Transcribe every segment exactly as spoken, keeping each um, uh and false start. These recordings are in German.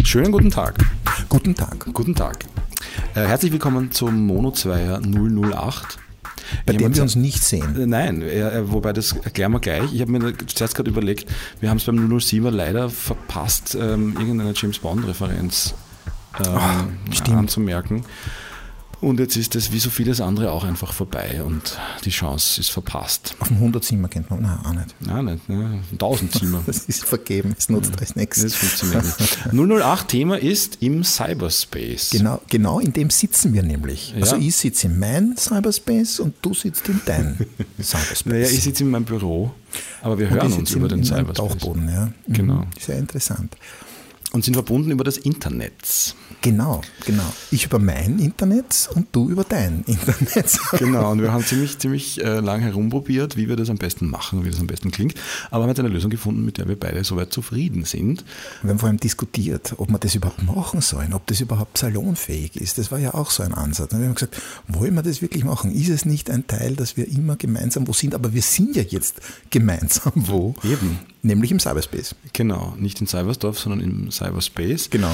Schönen guten Tag. Guten Tag. Guten Tag. Äh, herzlich willkommen zum Monozweier null null acht. Bei dem wir uns nicht sehen. Nein, äh, wobei das erklären wir gleich. Ich habe mir zuerst gerade überlegt, wir haben es beim null null sieben leider verpasst, ähm, irgendeine James Bond-Referenz ähm, Ach, anzumerken. Und jetzt ist das wie so vieles andere auch einfach vorbei und die Chance ist verpasst. Auf dem hundert-Zimmer kennt man, nein, auch nicht. Nein, nicht, ne? tausend-Zimmer. Das ist vergeben, es nutzt als nichts. Das funktioniert nicht. null null acht Thema ist im Cyberspace. Genau, genau in dem sitzen wir nämlich. Ja. Also ich sitze in meinem Cyberspace und du sitzt in deinem Cyberspace. Naja, ich sitze in meinem Büro, aber wir hören uns über den Cyberspace. Tauchboden, ja. Genau. Sehr interessant. Und sind verbunden über das Internet. Genau, genau. Ich über mein Internet und du über dein Internet. Genau, und wir haben ziemlich, ziemlich äh, lang herumprobiert, wie wir das am besten machen, wie das am besten klingt. Aber haben jetzt eine Lösung gefunden, mit der wir beide soweit zufrieden sind. Wir haben vor allem diskutiert, ob wir das überhaupt machen sollen, ob das überhaupt salonfähig ist. Das war ja auch so ein Ansatz. Und wir haben gesagt, wollen wir das wirklich machen? Ist es nicht ein Teil, dass wir immer gemeinsam wo sind? Aber wir sind ja jetzt gemeinsam wo. Eben. Nämlich im Cyberspace. Genau, nicht in Cybersdorf, sondern im Cyberspace. Genau.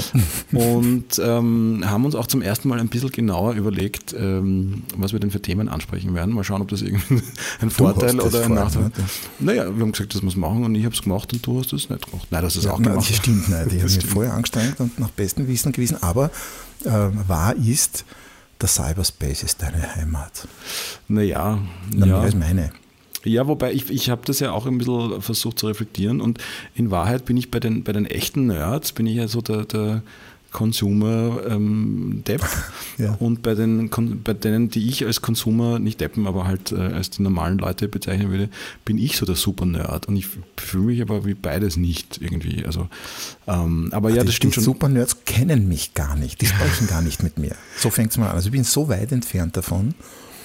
Und ähm, haben uns auch zum ersten Mal ein bisschen genauer überlegt, ähm, was wir denn für Themen ansprechen werden. Mal schauen, ob das irgendwie ein Vorteil oder ein Nachteil ist. Naja, wir haben gesagt, das muss machen und ich habe es gemacht und du hast es nicht gemacht. Nein, das ist ja, auch nein, gemacht. Das stimmt nicht. Ich habe mich vorher angestrengt und nach bestem Wissen und Gewissen. Aber äh, wahr ist, der Cyberspace ist deine Heimat. Naja. Na, ja. mehr als meine. Ja, wobei ich, ich habe das ja auch ein bisschen versucht zu reflektieren und in Wahrheit bin ich bei den, bei den echten Nerds, bin ich ja so der, der Consumer-Depp ähm, ja. Und bei, den, bei denen, die ich als Consumer, nicht Deppen, aber halt äh, als die normalen Leute bezeichnen würde, bin ich so der Super-Nerd und ich fühle mich aber wie beides nicht irgendwie. Also, ähm, aber ja, die, das stimmt die schon. Die Super-Nerds kennen mich gar nicht, die sprechen gar nicht mit mir. So fängt es mal an. Also ich bin so weit entfernt davon.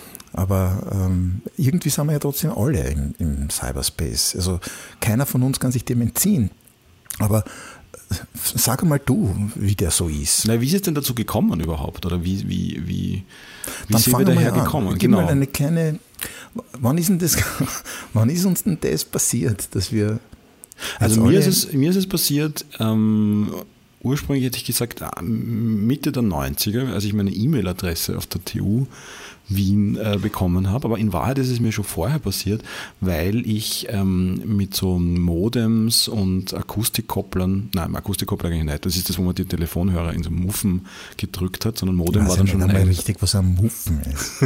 Aber ähm, irgendwie sind wir ja trotzdem alle im, im Cyberspace. Also keiner von uns kann sich dem entziehen. Aber äh, sag mal du, wie der so ist. Na, wie ist es denn dazu gekommen überhaupt? Oder wie, wie, wie, wie Dann sind wir daher gekommen? Gib Genau. mal eine kleine, wann ist, denn das, wann ist uns denn das passiert, dass wir... Also mir ist, es, mir ist es passiert... Ähm, ursprünglich hätte ich gesagt, Mitte der neunziger, als ich meine E-Mail-Adresse auf der T U Wien äh, bekommen habe. Aber in Wahrheit ist es mir schon vorher passiert, weil ich ähm, mit so Modems und Akustikkopplern, nein, Akustikkoppler eigentlich nicht, das ist das, wo man die Telefonhörer in so Muffen gedrückt hat, sondern Modem ich war dann schon nicht ein... richtig, was ein Muffen ist.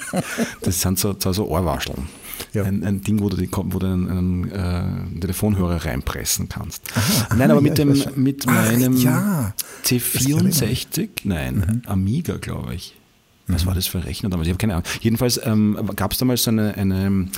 Das sind so, so Ohrwascheln. Ja. Ein, ein Ding, wo du, die, wo du einen, einen äh, Telefonhörer reinpressen kannst. Aha, Nein, aber ja, mit, dem, mit meinem Ach, ja. C vierundsechzig, nein, mhm. Amiga, glaube ich. Was war das für ein Rechner damals? Ich habe keine Ahnung. Jedenfalls ähm, gab es damals so eine, eine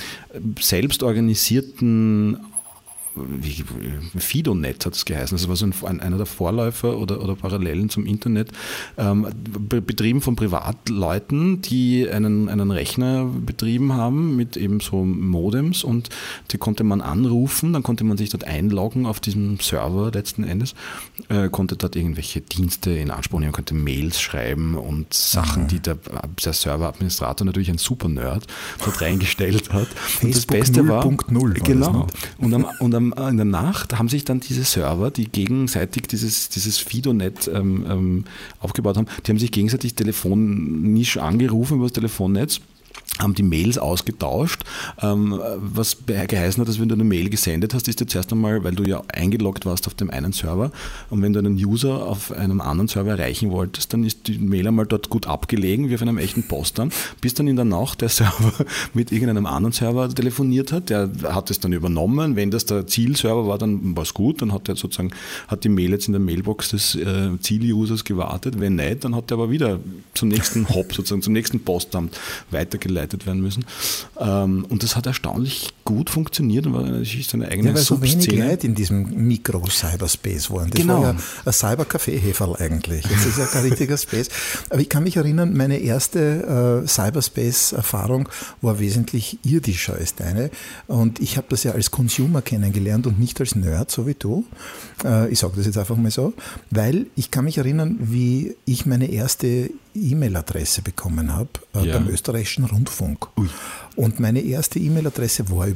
selbstorganisierten wie, Fidonet hat es geheißen. Das war so ein, einer der Vorläufer oder, oder Parallelen zum Internet, ähm, betrieben von Privatleuten, die einen, einen Rechner betrieben haben mit eben so Modems und die konnte man anrufen, dann konnte man sich dort einloggen auf diesem Server letzten Endes, äh, konnte dort irgendwelche Dienste in Anspruch nehmen, konnte Mails schreiben und Sachen, mhm. die der, der Serveradministrator, natürlich ein Super-Nerd, dort reingestellt hat. Und das Beste war, null Punkt null genau, und am, und am in der Nacht haben sich dann diese Server, die gegenseitig dieses, dieses Fidonet ähm, ähm, aufgebaut haben, die haben sich gegenseitig telefonisch angerufen über das Telefonnetz, haben die Mails ausgetauscht, ähm, was geheißen hat, dass wenn du eine Mail gesendet hast, ist dir zuerst einmal, weil du ja eingeloggt warst auf dem einen Server und wenn du einen User auf einem anderen Server erreichen wolltest, dann ist die Mail einmal dort gut abgelegen, wie auf einem echten Postamt, bis dann in der Nacht der Server mit irgendeinem anderen Server telefoniert hat, der hat es dann übernommen, wenn das der Zielserver war, dann war es gut, dann hat er sozusagen, hat die Mail jetzt in der Mailbox des äh, Ziel-Users gewartet, wenn nicht, dann hat er aber wieder zum nächsten Hop, sozusagen zum nächsten Postamt weitergeleitet werden müssen. Und das hat erstaunlich gut funktioniert und war natürlich seine eigene ja, weil so Subszene. wenig Leute in diesem Mikro-Cyberspace waren. Das genau. war ja ein Cyber-Café-Heferl eigentlich. Das ist ja kein richtiger Space. Aber ich kann mich erinnern, meine erste äh, Cyberspace-Erfahrung war wesentlich irdischer als deine. Und ich habe das ja als Consumer kennengelernt und nicht als Nerd, so wie du. Äh, ich sage das jetzt einfach mal so. Weil ich kann mich erinnern, wie ich meine erste E-Mail-Adresse bekommen habe äh, ja. beim österreichischen Rundfunk. Ui. Und meine erste E-Mail-Adresse war über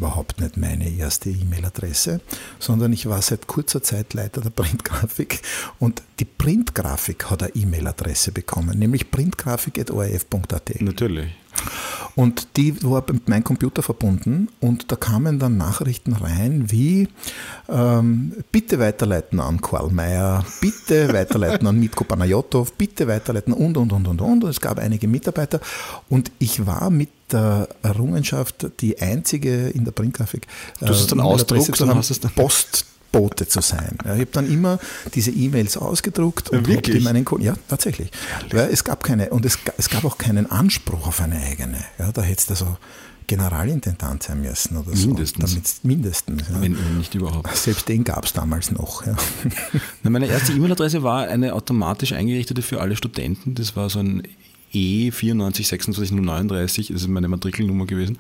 überhaupt nicht meine erste E-Mail-Adresse, sondern ich war seit kurzer Zeit Leiter der Printgrafik und die Printgrafik hat eine E-Mail-Adresse bekommen, nämlich printgrafik at o r f punkt a t. Natürlich. Und die war mit meinem Computer verbunden und da kamen dann Nachrichten rein wie ähm, bitte weiterleiten an Karl Mayer, bitte weiterleiten an Mitko Panayotov, bitte weiterleiten und, und, und, und, und. Und es gab einige Mitarbeiter und ich war mit der Errungenschaft die einzige in der Printgrafik. Du hast es dann ausgedruckt und hast es dann Post Bote zu sein. Ja, ich habe dann immer diese E-Mails ausgedruckt und ja, habe die meinen Kunden, ja tatsächlich, ja, es gab keine und es, es gab auch keinen Anspruch auf eine eigene. Ja, da hättest du so Generalintendant sein müssen oder so. Mindestens. Damit, mindestens. Ja. Wenn, wenn nicht überhaupt. Selbst den gab es damals noch. Ja. Na, meine erste E-Mail-Adresse war eine automatisch eingerichtete für alle Studenten. Das war so ein E vier neun sechs zwei null neun drei, das ist meine Matrikelnummer gewesen.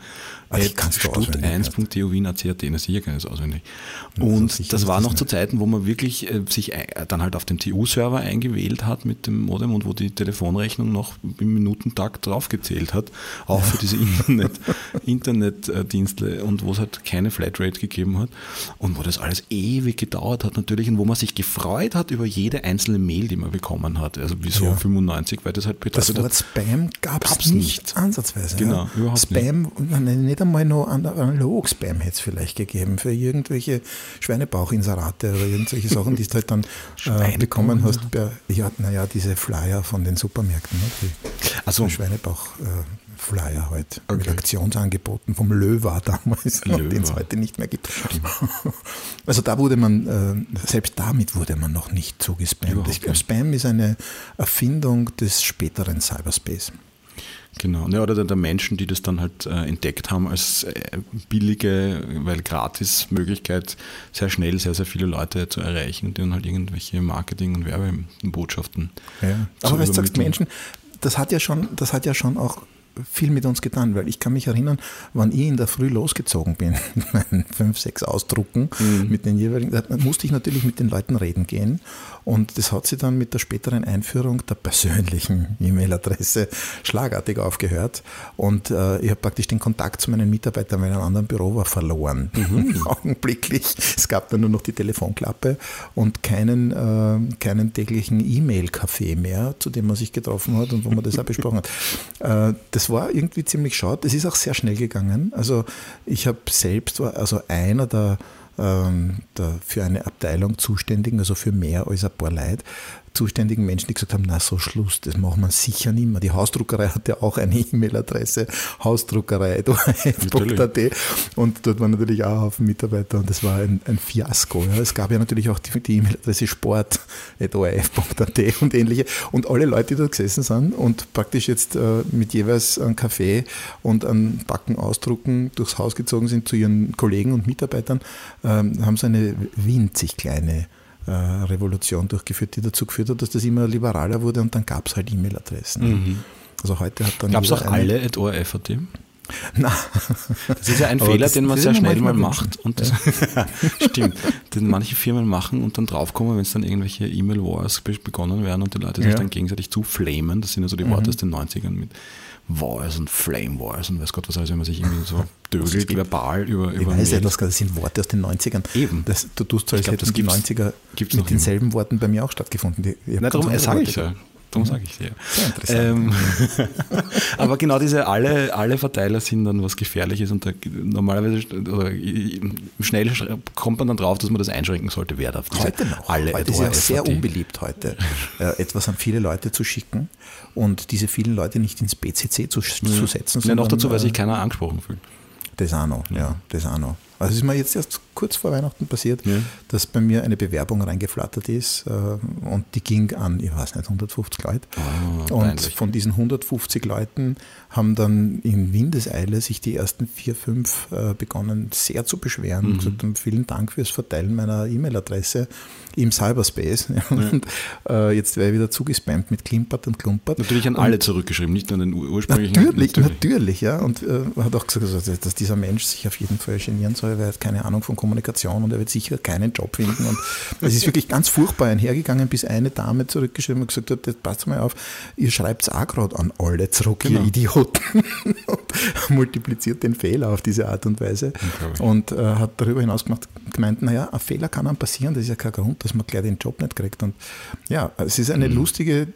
Stud eins punkt t u wien punkt a c punkt a t, na sicher kann ich das auswendig. Und das, das war noch zu Zeiten, wo man wirklich äh, sich dann halt auf den T U-Server eingewählt hat mit dem Modem und wo die Telefonrechnung noch im Minutentakt draufgezählt hat, auch ja. für diese Internet, Internetdienste und wo es halt keine Flatrate gegeben hat und wo das alles ewig gedauert hat natürlich und wo man sich gefreut hat über jede einzelne Mail, die man bekommen hat. Also wieso ja. fünfundneunzig, weil das halt bedeutet hat. Spam gab es nicht, nicht ansatzweise. Genau, ja. überhaupt Spam, nicht. nicht einmal noch Analog-Spam hätte es vielleicht gegeben für irgendwelche Schweinebauchinserate oder irgendwelche Sachen, die du halt dann äh, bekommen hast. Bei, ja, naja, diese Flyer von den Supermärkten, ne? Die also, Schweinebauch-Flyer halt, okay. Mit Aktionsangeboten vom Löwa damals, den es heute nicht mehr gibt. Also da wurde man, äh, selbst damit wurde man noch nicht zugespammt. Ich glaube, Spam ist eine Erfindung des späteren Cyberspace. Genau, ja, oder der Menschen, die das dann halt äh, entdeckt haben als äh, billige, weil gratis Möglichkeit, sehr schnell sehr, sehr viele Leute zu erreichen und denen halt irgendwelche Marketing- und Werbebotschaften. Ja. Aber weißt du, sagst Menschen, das hat ja schon, das hat ja schon auch viel mit uns getan, weil ich kann mich erinnern, wann ich in der Früh losgezogen bin, mit meinen fünf, sechs Ausdrucken, mhm. mit den jeweiligen, da musste ich natürlich mit den Leuten reden gehen und das hat sich dann mit der späteren Einführung der persönlichen E-Mail-Adresse schlagartig aufgehört und äh, ich habe praktisch den Kontakt zu meinen Mitarbeitern, weil in einem anderen Büro war, verloren. Mhm. Augenblicklich. Es gab dann nur noch die Telefonklappe und keinen, äh, keinen täglichen E-Mail-Café mehr, zu dem man sich getroffen hat und wo man das auch besprochen hat. Äh, das Das war irgendwie ziemlich schade. Es ist auch sehr schnell gegangen. Also ich habe selbst, war also einer der, ähm, der für eine Abteilung zuständigen, also für mehr als ein paar Leute, zuständigen Menschen, die gesagt haben, na so Schluss, das machen wir sicher nicht mehr. Die Hausdruckerei hatte auch eine E-Mail-Adresse, hausdruckerei punkt a t und dort waren natürlich auch ein Haufen Mitarbeiter und das war ein, ein Fiasko. Ja. Es gab ja natürlich auch die, die E-Mail-Adresse sport punkt o r f punkt a t und ähnliche und alle Leute, die dort gesessen sind und praktisch jetzt äh, mit jeweils einem Kaffee und einem Backen ausdrucken durchs Haus gezogen sind zu ihren Kollegen und Mitarbeitern, äh, haben so eine winzig kleine Revolution durchgeführt, die dazu geführt hat, dass das immer liberaler wurde und dann gab es halt E-Mail-Adressen. Mhm. Also heute hat dann gab es auch alle at o r f punkt a t? Nein. Das ist ja ein Fehler, das, den man sehr schnell mal macht. Und das, stimmt, den manche Firmen machen und dann draufkommen, wenn es dann irgendwelche E-Mail-Wars begonnen werden und die Leute sich ja. dann gegenseitig zuflamen. Das sind ja so die Worte mhm. aus den neunzigern mit Wars und Flame Wars und weiß Gott was alles, wenn man sich irgendwie so dögelt, verbal über über Ich weiß ja, das sind Worte aus den neunzigern. Eben. Das, du tust so, als hätten die neunziger gibt's mit denselben immer. Worten bei mir auch stattgefunden. Die, Na, darum sage ich ja. Darum sage ich ja. Sehr interessant. Ähm, aber genau diese alle, alle Verteiler sind dann was Gefährliches und da, normalerweise oder schnell kommt man dann drauf, dass man das einschränken sollte, wer darf diese heute noch. Alle heute ist ja sehr unbeliebt heute, äh, etwas an viele Leute zu schicken und diese vielen Leute nicht ins B C C zu, ja. zu setzen. Ja, noch dazu, weil sich keiner angesprochen fühlt. Das auch noch, ja, ja das auch noch. Also es ist mir jetzt erst kurz vor Weihnachten passiert, ja. dass bei mir eine Bewerbung reingeflattert ist äh, und die ging an, ich weiß nicht, hundertfünfzig Leute. Oh, und peinlich. Von diesen hundertfünfzig Leuten haben dann in Windeseile sich die ersten vier, fünf äh, begonnen sehr zu beschweren. Mhm. Und gesagt haben, vielen Dank fürs Verteilen meiner E-Mail-Adresse im Cyberspace. Ja. Und äh, jetzt wäre ich wieder zugespammt mit Klimpert und Klumpert. Natürlich an und alle zurückgeschrieben, nicht nur an den ursprünglichen. Natürlich, natürlich, natürlich ja. Und äh, hat auch gesagt, dass dieser Mensch sich auf jeden Fall genieren soll. Österreicher, er hat keine Ahnung von Kommunikation und er wird sicher keinen Job finden. Und es ist wirklich ganz furchtbar einhergegangen, bis eine Dame zurückgeschrieben und gesagt hat, jetzt passt mal auf, ihr schreibt es auch gerade an alle zurück, genau. Ihr Idioten. Und multipliziert den Fehler auf diese Art und Weise. Und äh, hat darüber hinaus gemacht, gemeint, naja, ein Fehler kann einem passieren, das ist ja kein Grund, dass man gleich den Job nicht kriegt. Und ja, es ist eine mhm. lustige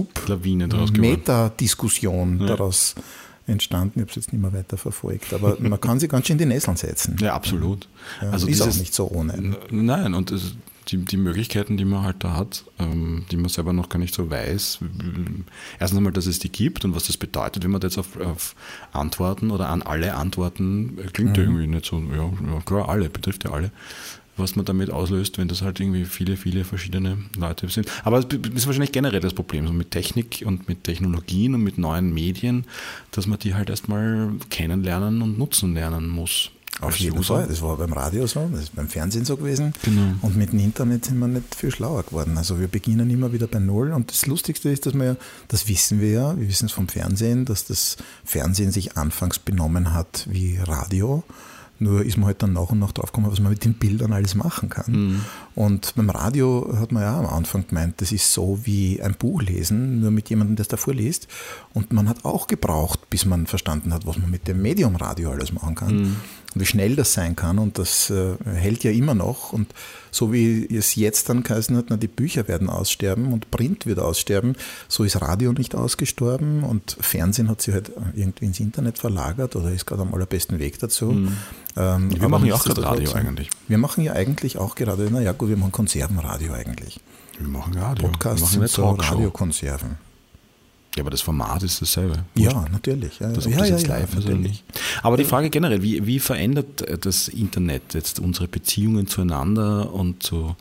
Sub-Meta-Diskussion ja. daraus entstanden. Ich habe es jetzt nicht mehr weiter verfolgt, aber man kann sich ganz schön in die Nesseln setzen. Ja, absolut. Ja, also ist dieses, auch nicht so ohne. Nein, und es, die, die Möglichkeiten, die man halt da hat, ähm, die man selber noch gar nicht so weiß. Erstens einmal, dass es die gibt und was das bedeutet, wenn man jetzt auf, auf Antworten oder an alle Antworten, klingt ja mhm. irgendwie nicht so, ja, ja klar, alle, betrifft ja alle, was man damit auslöst, wenn das halt irgendwie viele, viele verschiedene Leute sind. Aber es ist wahrscheinlich generell das Problem, so mit Technik und mit Technologien und mit neuen Medien, dass man die halt erstmal kennenlernen und nutzen lernen muss. Auf jeden Fall, das war beim Radio so, das ist beim Fernsehen so gewesen. Genau. Und mit dem Internet sind wir nicht viel schlauer geworden. Also wir beginnen immer wieder bei Null und das Lustigste ist, dass wir, das wissen wir ja, wir wissen es vom Fernsehen, dass das Fernsehen sich anfangs benommen hat wie Radio. Nur ist man halt dann nach und nach drauf gekommen, was man mit den Bildern alles machen kann. Mhm. Und beim Radio hat man ja am Anfang gemeint, das ist so wie ein Buch lesen, nur mit jemandem, der es davor liest. Und man hat auch gebraucht, bis man verstanden hat, was man mit dem Medium Radio alles machen kann. Mhm. Und wie schnell das sein kann. Und das äh, hält ja immer noch. Und so wie es jetzt dann geheißen hat, na, die Bücher werden aussterben und Print wird aussterben, so ist Radio nicht ausgestorben und Fernsehen hat sich halt irgendwie ins Internet verlagert oder ist gerade am allerbesten Weg dazu. Mhm. Ähm, wir machen ja auch gerade Radio eigentlich. Wir machen ja eigentlich auch gerade, naja gut, wir machen Konservenradio eigentlich. Wir machen Radio. Podcasts sind so Radiokonserven. Ja, aber das Format ist dasselbe. Ja, natürlich. Ja, das, ob ja, das jetzt ja, live ja, ist oder nicht. Aber die Frage generell, wie, wie verändert das Internet jetzt unsere Beziehungen zueinander und zu,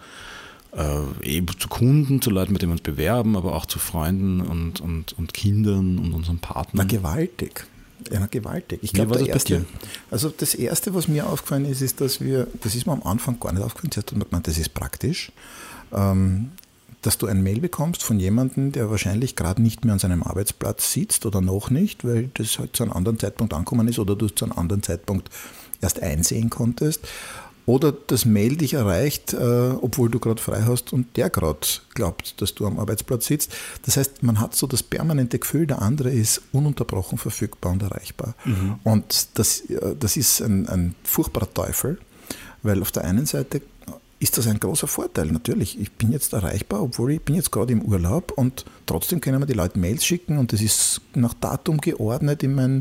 äh, eben zu Kunden, zu Leuten, mit denen wir uns bewerben, aber auch zu Freunden und, und, und Kindern und unseren Partnern? Na, gewaltig. Ja, gewaltig. Ich glaube, das erste, also das Erste, was mir aufgefallen ist, ist, dass wir, das ist mir am Anfang gar nicht aufgefallen, zuerst hat man gemeint, das ist praktisch, ähm, dass du ein Mail bekommst von jemandem, der wahrscheinlich gerade nicht mehr an seinem Arbeitsplatz sitzt oder noch nicht, weil das halt zu einem anderen Zeitpunkt angekommen ist oder du es zu einem anderen Zeitpunkt erst einsehen konntest. Oder das Mail dich erreicht, äh, obwohl du gerade frei hast und der gerade glaubt, dass du am Arbeitsplatz sitzt. Das heißt, man hat so das permanente Gefühl, der andere ist ununterbrochen verfügbar und erreichbar. Mhm. Und das, das ist ein, ein furchtbarer Teufel, weil auf der einen Seite ist das ein großer Vorteil. Natürlich, ich bin jetzt erreichbar, obwohl ich bin jetzt gerade im Urlaub und trotzdem können mir die Leute Mails schicken und das ist nach Datum geordnet in meinen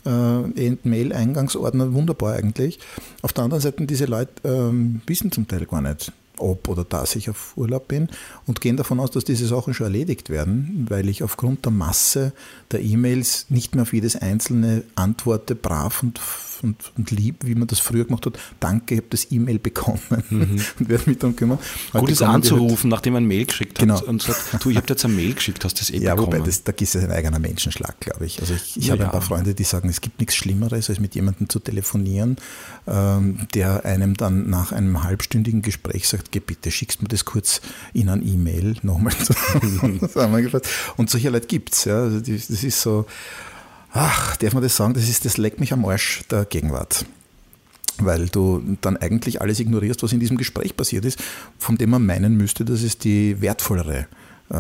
äh, Mail-Eingangsordner, wunderbar eigentlich. Auf der anderen Seite, diese Leute ähm, wissen zum Teil gar nicht, ob oder dass ich auf Urlaub bin und gehen davon aus, dass diese Sachen schon erledigt werden, weil ich aufgrund der Masse der E-Mails nicht mehr auf jedes einzelne antworte brav und, und, und lieb, wie man das früher gemacht hat. Danke, ich habe das E-Mail bekommen mhm. und werde mich darum kümmern. Gut ist anzurufen, halt, nachdem man ein Mail geschickt hat genau. und sagt, du, ich habe dir jetzt ein Mail geschickt, hast du das eh ja, bekommen? Ja, wobei, das, da ist es ein eigener Menschenschlag, glaube ich. Also ich, ich ja, habe ja. ein paar Freunde, die sagen, es gibt nichts Schlimmeres, als mit jemandem zu telefonieren, ähm, der einem dann nach einem halbstündigen Gespräch sagt, geh bitte, schickst mir das kurz in ein E-Mail nochmal zusammengefasst. Und solche Leute gibt es. Ja. Also das ist so, ach, darf man das sagen, das ist, das leckt mich am Arsch der Gegenwart. Weil du dann eigentlich alles ignorierst, was in diesem Gespräch passiert ist, von dem man meinen müsste, dass es die wertvollere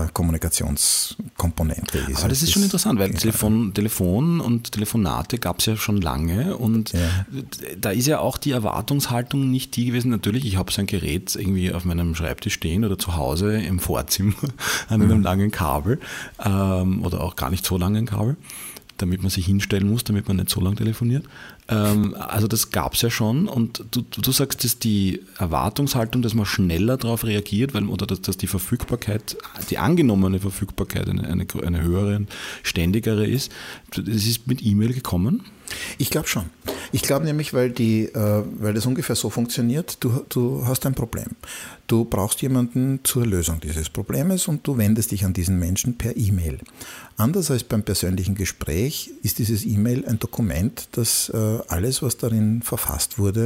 Kommunikationskomponente ist. Aber das ist schon interessant, weil Telefon, Telefon und Telefonate gab es ja schon lange und ja. da ist ja auch die Erwartungshaltung nicht die gewesen, natürlich, ich habe so ein Gerät irgendwie auf meinem Schreibtisch stehen oder zu Hause im Vorzimmer an einem mhm. langen Kabel ähm, oder auch gar nicht so langen Kabel, damit man sich hinstellen muss, damit man nicht so lange telefoniert. Ähm, also das gab es ja schon und du, du sagst, dass die Erwartungshaltung, dass man schneller darauf reagiert, weil, oder dass, dass die Verfügbarkeit, die angenommene Verfügbarkeit eine, eine, eine höhere, ständigere ist. Das ist mit E-Mail gekommen? Ich glaube schon. Ich glaube nämlich, weil, die, äh, weil das ungefähr so funktioniert, du, du hast ein Problem. Du brauchst jemanden zur Lösung dieses Problems und du wendest dich an diesen Menschen per E-Mail. Anders als beim persönlichen Gespräch ist dieses E-Mail ein Dokument, das äh, alles, was darin verfasst wurde,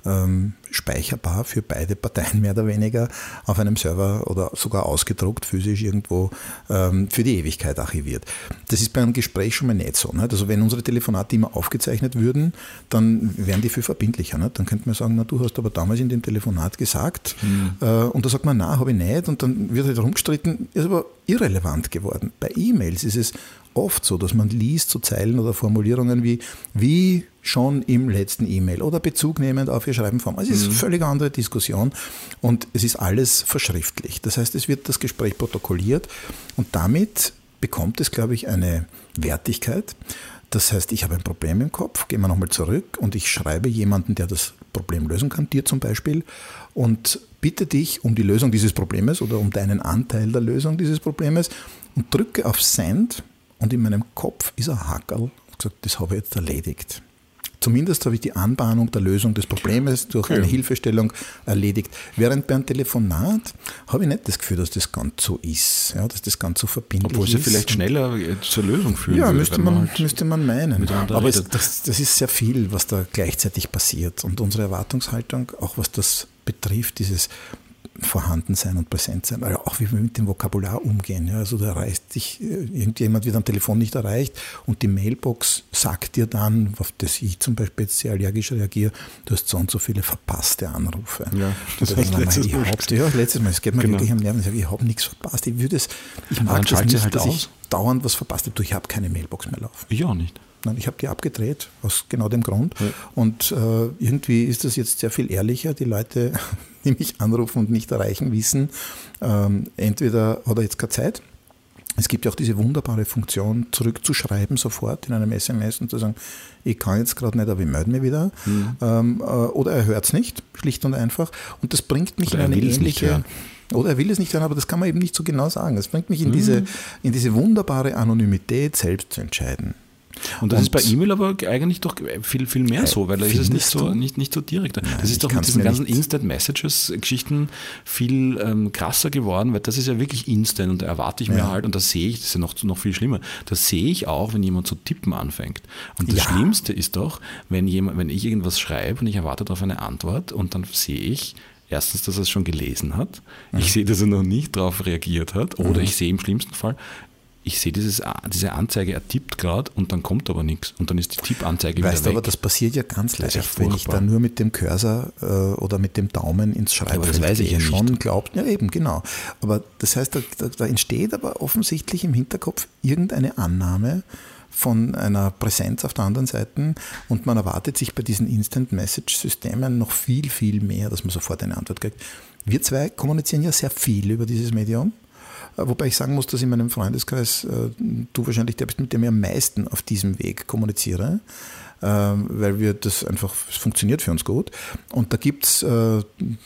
ähm, speicherbar für beide Parteien mehr oder weniger auf einem Server oder sogar ausgedruckt, physisch irgendwo ähm, für die Ewigkeit archiviert. Das ist bei einem Gespräch schon mal nicht so. Nicht? Also wenn unsere Telefonate immer aufgezeichnet würden, dann wären die viel verbindlicher. Nicht? Dann könnte man sagen, na, du hast aber damals in dem Telefonat gesagt mhm. äh, und da sagt man, na, habe ich nicht und dann wird halt rumgestritten, ist aber irrelevant geworden. Bei E-Mails ist es oft so, dass man liest so Zeilen oder Formulierungen wie, wie schon im letzten E-Mail oder bezugnehmend auf Ihr Schreibenform. Also es ist eine völlig andere Diskussion und es ist alles verschriftlicht. Das heißt, es wird das Gespräch protokolliert und damit bekommt es, glaube ich, eine Wertigkeit. Das heißt, ich habe ein Problem im Kopf, gehen wir nochmal zurück und ich schreibe jemanden, der das Problem lösen kann, dir zum Beispiel, und bitte dich um die Lösung dieses Problems oder um deinen Anteil der Lösung dieses Problems und drücke auf Send. Und in meinem Kopf ist ein Hackerl und gesagt, das habe ich jetzt erledigt. Zumindest habe ich die Anbahnung der Lösung des Problems durch okay. eine Hilfestellung erledigt. Während bei einem Telefonat habe ich nicht das Gefühl, dass das ganz so ist, ja, dass das ganz so verbindlich ist. Obwohl es ja vielleicht schneller zur Lösung führen ja, würde. Ja, müsste, man, halt müsste man meinen. Aber es, das, das ist sehr viel, was da gleichzeitig passiert. Und unsere Erwartungshaltung, auch was das betrifft, dieses Vorhandensein und Präsentsein, also auch wie wir mit dem Vokabular umgehen. Ja, also da erreicht dich, irgendjemand wird am Telefon nicht erreicht und die Mailbox sagt dir dann, auf das ich zum Beispiel jetzt sehr allergisch reagiere, du hast so und so viele verpasste Anrufe. Ja, das heißt letztes ich Mal. Hab, ja, letztes Mal, es geht mir genau. wirklich am Nerven, ich sage, ich habe nichts verpasst. Ich würde es, ich mag das nicht, halt dass aus. ich dauernd was verpasst habe. Du, ich habe keine Mailbox mehr laufen. Ich auch nicht. Nein, ich habe die abgedreht, aus genau dem Grund. Ja. Und äh, irgendwie ist das jetzt sehr viel ehrlicher. Die Leute, die mich anrufen und nicht erreichen, wissen, ähm, entweder hat er jetzt keine Zeit. Es gibt ja auch diese wunderbare Funktion, zurückzuschreiben sofort in einem S M S und zu sagen, ich kann jetzt gerade nicht, aber ich melde mich wieder. Mhm. Ähm, äh, oder er hört es nicht, schlicht und einfach. Und das bringt mich oder in eine ähnliche... Oder er will es nicht hören, aber das kann man eben nicht so genau sagen. Das bringt mich in, mhm. diese, in diese wunderbare Anonymität, selbst zu entscheiden. Und das und ist bei E-Mail aber eigentlich doch viel, viel mehr so, weil da ist es nicht so, nicht, nicht so direkt. Nein, das ist doch mit diesen ganzen Instant-Messages-Geschichten viel ähm, krasser geworden, weil das ist ja wirklich instant und da erwarte ich mir ja. halt, und das sehe ich, das ist ja noch, noch viel schlimmer, das sehe ich auch, wenn jemand zu tippen anfängt. Und das ja. Schlimmste ist doch, wenn, jemand, wenn ich irgendwas schreibe und ich erwarte darauf eine Antwort und dann sehe ich, erstens, dass er es schon gelesen hat, mhm. ich sehe, dass er noch nicht darauf reagiert hat, oder mhm. ich sehe im schlimmsten Fall, ich sehe dieses, diese Anzeige, er tippt gerade und dann kommt aber nichts und dann ist die Tippanzeige wieder weg. Weißt du, aber das passiert ja ganz leicht, ja wenn ich da nur mit dem Cursor äh, oder mit dem Daumen ins Schreiben ja, das weiß ich ja schon nicht. glaubt, ja eben, genau. Aber das heißt, da, da entsteht aber offensichtlich im Hinterkopf irgendeine Annahme von einer Präsenz auf der anderen Seite und man erwartet sich bei diesen Instant-Message-Systemen noch viel, viel mehr, dass man sofort eine Antwort kriegt. Wir zwei kommunizieren ja sehr viel über dieses Medium. Wobei ich sagen muss, dass in meinem Freundeskreis äh, du wahrscheinlich der bist, mit dem ich am meisten auf diesem Weg kommuniziere, äh, weil wir das einfach, es funktioniert für uns gut. Und da gibt es äh,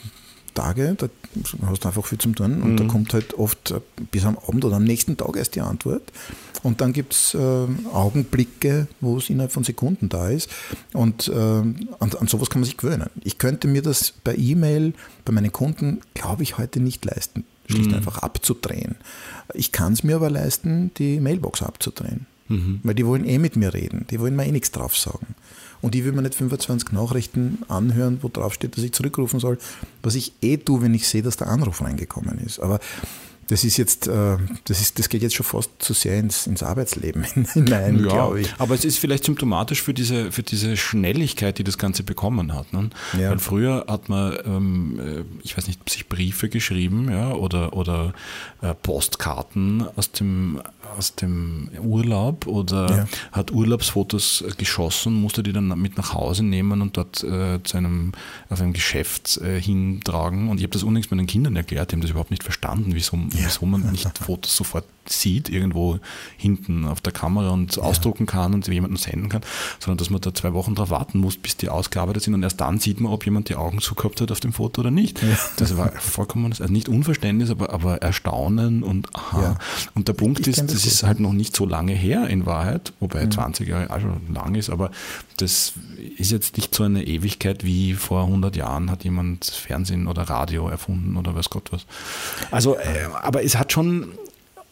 Tage, da hast du einfach viel zum tun und mhm. da kommt halt oft äh, bis am Abend oder am nächsten Tag erst die Antwort. Und dann gibt es äh, Augenblicke, wo es innerhalb von Sekunden da ist. Und äh, an, an sowas kann man sich gewöhnen. Ich könnte mir das bei E-Mail, bei meinen Kunden, glaube ich, heute nicht leisten. Schlicht mhm. einfach abzudrehen. Ich kann es mir aber leisten, die Mailbox abzudrehen. Mhm. Weil die wollen eh mit mir reden. Die wollen mir eh nichts drauf sagen. Und ich will mir nicht fünfundzwanzig Nachrichten anhören, wo drauf steht, dass ich zurückrufen soll, was ich eh tue, wenn ich sehe, dass der Anruf reingekommen ist. Aber das ist jetzt, das ist, das geht jetzt schon fast zu sehr ins, ins Arbeitsleben hinein, ja, glaube ich. Aber es ist vielleicht symptomatisch für diese, für diese Schnelligkeit, die das Ganze bekommen hat. Ne? Ja. Weil früher hat man, ähm, ich weiß nicht, sich Briefe geschrieben, ja, oder, oder äh, Postkarten aus dem, aus dem Urlaub oder ja. hat Urlaubsfotos geschossen, musste die dann mit nach Hause nehmen und dort äh, zu einem, auf einem Geschäft äh, hintragen. Und ich habe das unlängst meinen Kindern erklärt, die haben das überhaupt nicht verstanden, wieso Ja. wieso man nicht Fotos sofort sieht, irgendwo hinten auf der Kamera und ja. ausdrucken kann und jemandem senden kann, sondern dass man da zwei Wochen drauf warten muss, bis die ausgearbeitet sind und erst dann sieht man, ob jemand die Augen zugehabt hat auf dem Foto oder nicht. Ja. Das war vollkommen, also nicht Unverständnis, aber, aber Erstaunen und aha. Ja. Und der Punkt ich ist, das, das ist halt noch nicht so lange her in Wahrheit, wobei mhm. zwanzig Jahre auch schon lang ist, aber das ist jetzt nicht so eine Ewigkeit wie vor hundert Jahren hat jemand Fernsehen oder Radio erfunden oder weiß Gott was. Also, äh, aber es hat schon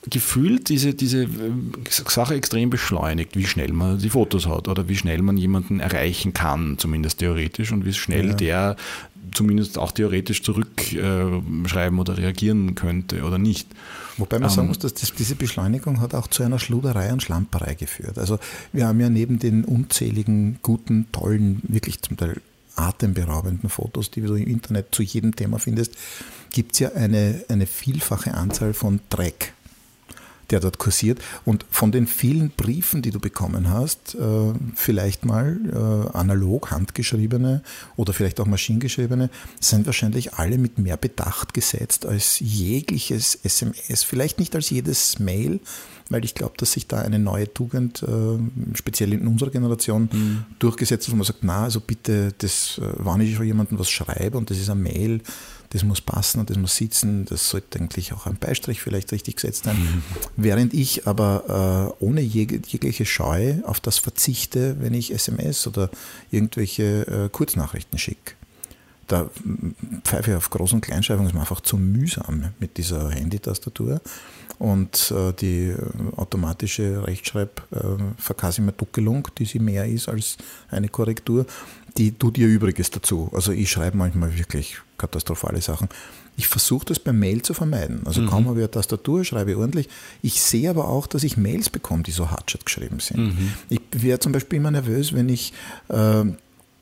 gefühlt diese, diese Sache extrem beschleunigt, wie schnell man die Fotos hat oder wie schnell man jemanden erreichen kann, zumindest theoretisch, und wie schnell ja. der zumindest auch theoretisch zurückschreiben äh, oder reagieren könnte oder nicht. Wobei man ähm, sagen muss, dass das, diese Beschleunigung hat auch zu einer Schluderei und Schlamperei geführt. Also wir haben ja neben den unzähligen, guten, tollen, wirklich zum Teil atemberaubenden Fotos, die du im Internet zu jedem Thema findest, gibt es ja eine, eine vielfache Anzahl von Dreck, der dort kursiert. Und von den vielen Briefen, die du bekommen hast, äh, vielleicht mal äh, analog, handgeschriebene oder vielleicht auch maschinengeschriebene, sind wahrscheinlich alle mit mehr Bedacht gesetzt als jegliches S M S. Vielleicht nicht als jedes Mail, weil ich glaube, dass sich da eine neue Tugend, äh, speziell in unserer Generation, mhm. durchgesetzt hat, wo man sagt, na, also bitte, das, äh, wenn ich schon jemandem was schreibe und das ist eine Mail, das muss passen und das muss sitzen, das sollte eigentlich auch ein Beistrich vielleicht richtig gesetzt sein. Mhm. Während ich aber äh, ohne jeg- jegliche Scheu auf das verzichte, wenn ich S M S oder irgendwelche äh, Kurznachrichten schicke. Da pfeife ich auf Groß- und Kleinschreibung, ist mir einfach zu mühsam mit dieser Handytastatur. Und äh, die automatische Rechtschreibverkasimerdukkelung, die sie mehr ist als eine Korrektur, die tut ihr Übriges dazu. Also ich schreibe manchmal wirklich katastrophale Sachen. Ich versuche das beim Mail zu vermeiden. Also mhm. kaum habe ich eine Tastatur, schreibe ich ordentlich. Ich sehe aber auch, dass ich Mails bekomme, die so hatschert geschrieben sind. Mhm. Ich wäre zum Beispiel immer nervös, wenn ich äh, äh,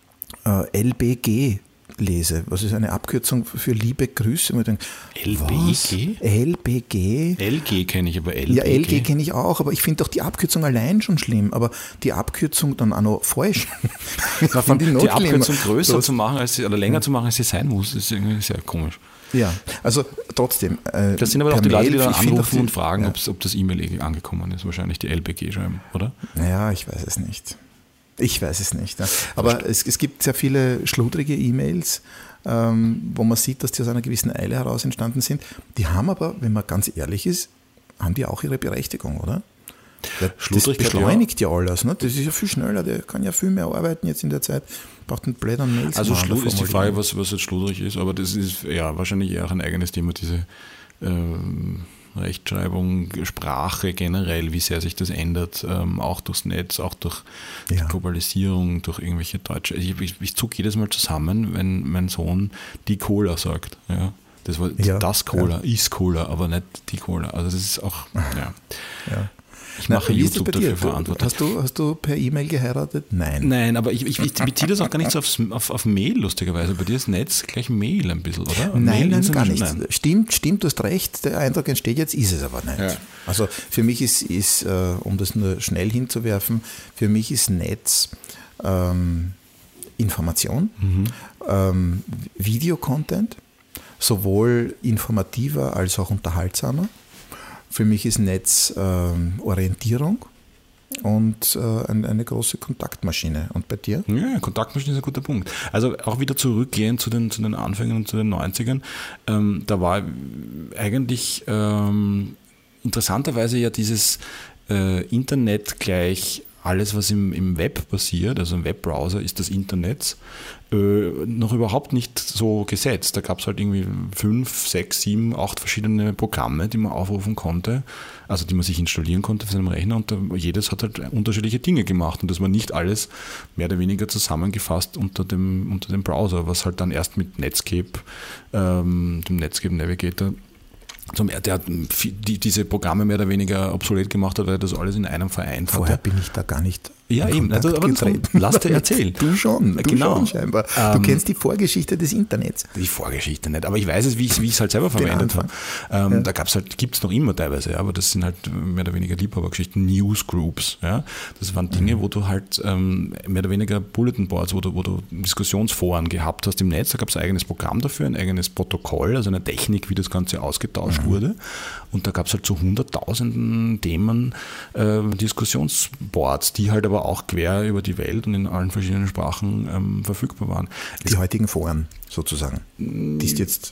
L B G lese. Was ist eine Abkürzung für liebe Grüße? L B G? L B G? L G kenne ich, aber L B G? Ja, L G kenne ich auch, aber ich finde doch die Abkürzung allein schon schlimm, aber die Abkürzung dann auch noch falsch. Na, die, die Abkürzung größer zu machen, als sie, oder länger ja. zu machen, als sie sein muss, ist irgendwie sehr komisch. Ja, also trotzdem. Äh, das sind aber auch die Mail, Leute, die dann anrufen die, und fragen, ja. ob das E-Mail angekommen ist. Wahrscheinlich die L B G schreiben, oder? Naja, ich weiß es nicht. Ich weiß es nicht. Ja. Aber es, es gibt sehr viele schludrige E-Mails, ähm, wo man sieht, dass die aus einer gewissen Eile heraus entstanden sind. Die haben aber, wenn man ganz ehrlich ist, haben die auch ihre Berechtigung, oder? Das beschleunigt ja, ja alles. Ne? Das ist ja viel schneller, der kann ja viel mehr arbeiten jetzt in der Zeit. Braucht einen blättern Mails. Also Schlud ist die Frage, was, was jetzt schludrig ist, aber das ist ja wahrscheinlich eher auch ein eigenes Thema, diese ähm, Rechtschreibung, Sprache generell, wie sehr sich das ändert, ähm, auch durchs Netz, auch durch die ja. Globalisierung, durch irgendwelche Deutsche. Ich, ich, ich zucke jedes Mal zusammen, wenn mein Sohn die Cola sagt. Ja. Das war ja. das Cola, ja. ist Cola, aber nicht die Cola. Also das ist auch, ja. ja. Ich mache Na, YouTube dafür verantwortlich. Hast du, hast du per E-Mail geheiratet? Nein. Nein, aber ich, ich, ich beziehe das auch gar nicht so aufs, auf, auf Mail, lustigerweise. Bei dir ist Netz gleich Mail ein bisschen, oder? Nein, Mail nein, gar nicht. Nein. Stimmt, stimmt, du hast recht. Der Eindruck entsteht jetzt, ist es aber nicht. Ja. Also für mich ist, ist äh, um das nur schnell hinzuwerfen, für mich ist Netz ähm, Information, mhm. ähm, Videocontent, sowohl informativer als auch unterhaltsamer. Für mich ist Netz äh, Orientierung und äh, eine, eine große Kontaktmaschine. Und bei dir? Ja, Kontaktmaschine ist ein guter Punkt. Also auch wieder zurückgehend zu den, zu den Anfängen und zu den neunzigern. Ähm, da war eigentlich ähm, interessanterweise ja dieses äh, Internet gleich alles, was im, im Web passiert, also im Webbrowser, ist das Internet äh, noch überhaupt nicht so gesetzt. Da gab es halt irgendwie fünf, sechs, sieben, acht verschiedene Programme, die man aufrufen konnte, also die man sich installieren konnte auf seinem Rechner, und da, jedes hat halt unterschiedliche Dinge gemacht, und das war nicht alles mehr oder weniger zusammengefasst unter dem, unter dem Browser, was halt dann erst mit Netscape, ähm, dem Netscape Navigator, Zum, der hat die, diese Programme mehr oder weniger obsolet gemacht hat, weil er das alles in einem vereint hat. Vorher bin ich da gar nicht ja, eben. Also, aber getreten. Lass dir erzählen. Du schon, du genau. schon scheinbar. Du ähm, kennst die Vorgeschichte des Internets. Die Vorgeschichte nicht, aber ich weiß es, wie ich es halt selber verwendet habe. Ähm, ja. Da gab's halt, gibt es noch immer teilweise, ja, aber das sind halt mehr oder weniger Liebhabergeschichten, Newsgroups. Ja. Das waren Dinge, mhm. wo du halt ähm, mehr oder weniger Bulletin Boards, wo du, wo du Diskussionsforen gehabt hast im Netz. Da gab es ein eigenes Programm dafür, ein eigenes Protokoll, also eine Technik, wie das Ganze ausgetauscht mhm. wurde. Und da gab es halt so hunderttausenden Themen äh, Diskussionsboards, die halt aber auch quer über die Welt und in allen verschiedenen Sprachen ähm, verfügbar waren. Die es heutigen Foren sozusagen, die es jetzt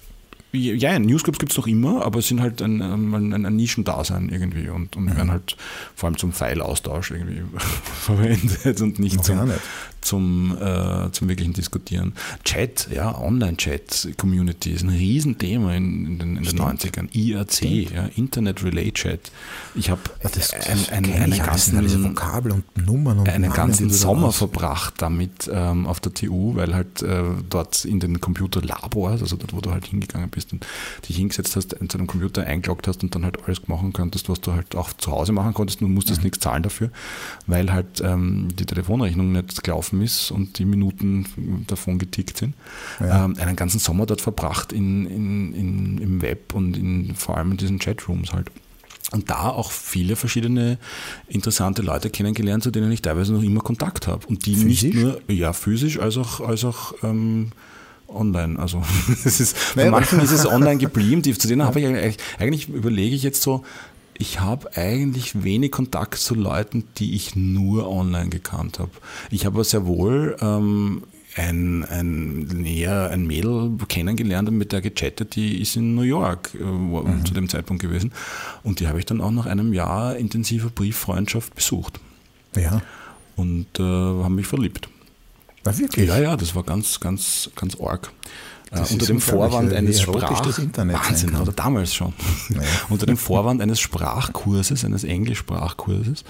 Ja, Newsgroups gibt es noch immer, aber es sind halt ein, ein, ein Nischendasein irgendwie und, und mhm. werden halt vor allem zum Pfeilaustausch irgendwie verwendet und nicht, zum, nicht. Zum, äh, zum wirklichen Diskutieren. Chat, ja, Online-Chat-Community ist ein Riesenthema in, in, den, in den neunzigern. I R C, ja, Internet Relay Chat. Ich habe ein, ein, einen ganzen, Vokabel und Nummern und einen Namen, ganzen Sommer verbracht damit ähm, auf der T U, weil halt äh, dort in den Computerlabors, also dort, wo du halt hingegangen bist, und dich hingesetzt hast, in deinem Computer eingeloggt hast und dann halt alles machen konntest, was du halt auch zu Hause machen konntest, du musstest mhm. nichts zahlen dafür, weil halt ähm, die Telefonrechnung nicht gelaufen ist und die Minuten davon getickt sind. Ja. Ähm, einen ganzen Sommer dort verbracht in, in, in, im Web und in, vor allem in diesen Chatrooms halt. Und da auch viele verschiedene interessante Leute kennengelernt, zu denen ich teilweise noch immer Kontakt habe. Und die physisch? Nicht nur ja, physisch, als auch, als auch ähm, online, also es ist, bei naja, manchen ist es online geblieben, die, zu denen habe ich eigentlich, eigentlich überlege ich jetzt so, ich habe eigentlich wenig Kontakt zu Leuten, die ich nur online gekannt habe. Ich habe aber sehr wohl ähm, ein, ein, näher, ein Mädel kennengelernt und mit der gechattet, die ist in New York äh, mhm. zu dem Zeitpunkt gewesen und die habe ich dann auch nach einem Jahr intensiver Brieffreundschaft besucht. Ja. Und äh, habe mich verliebt. War wirklich? Ja, ja, das war ganz, ganz, ganz arg. Äh, unter dem Vorwand eines Sprach... Wahnsinn, oder damals schon. Naja. Unter dem Vorwand eines Sprachkurses, eines Englischsprachkurses,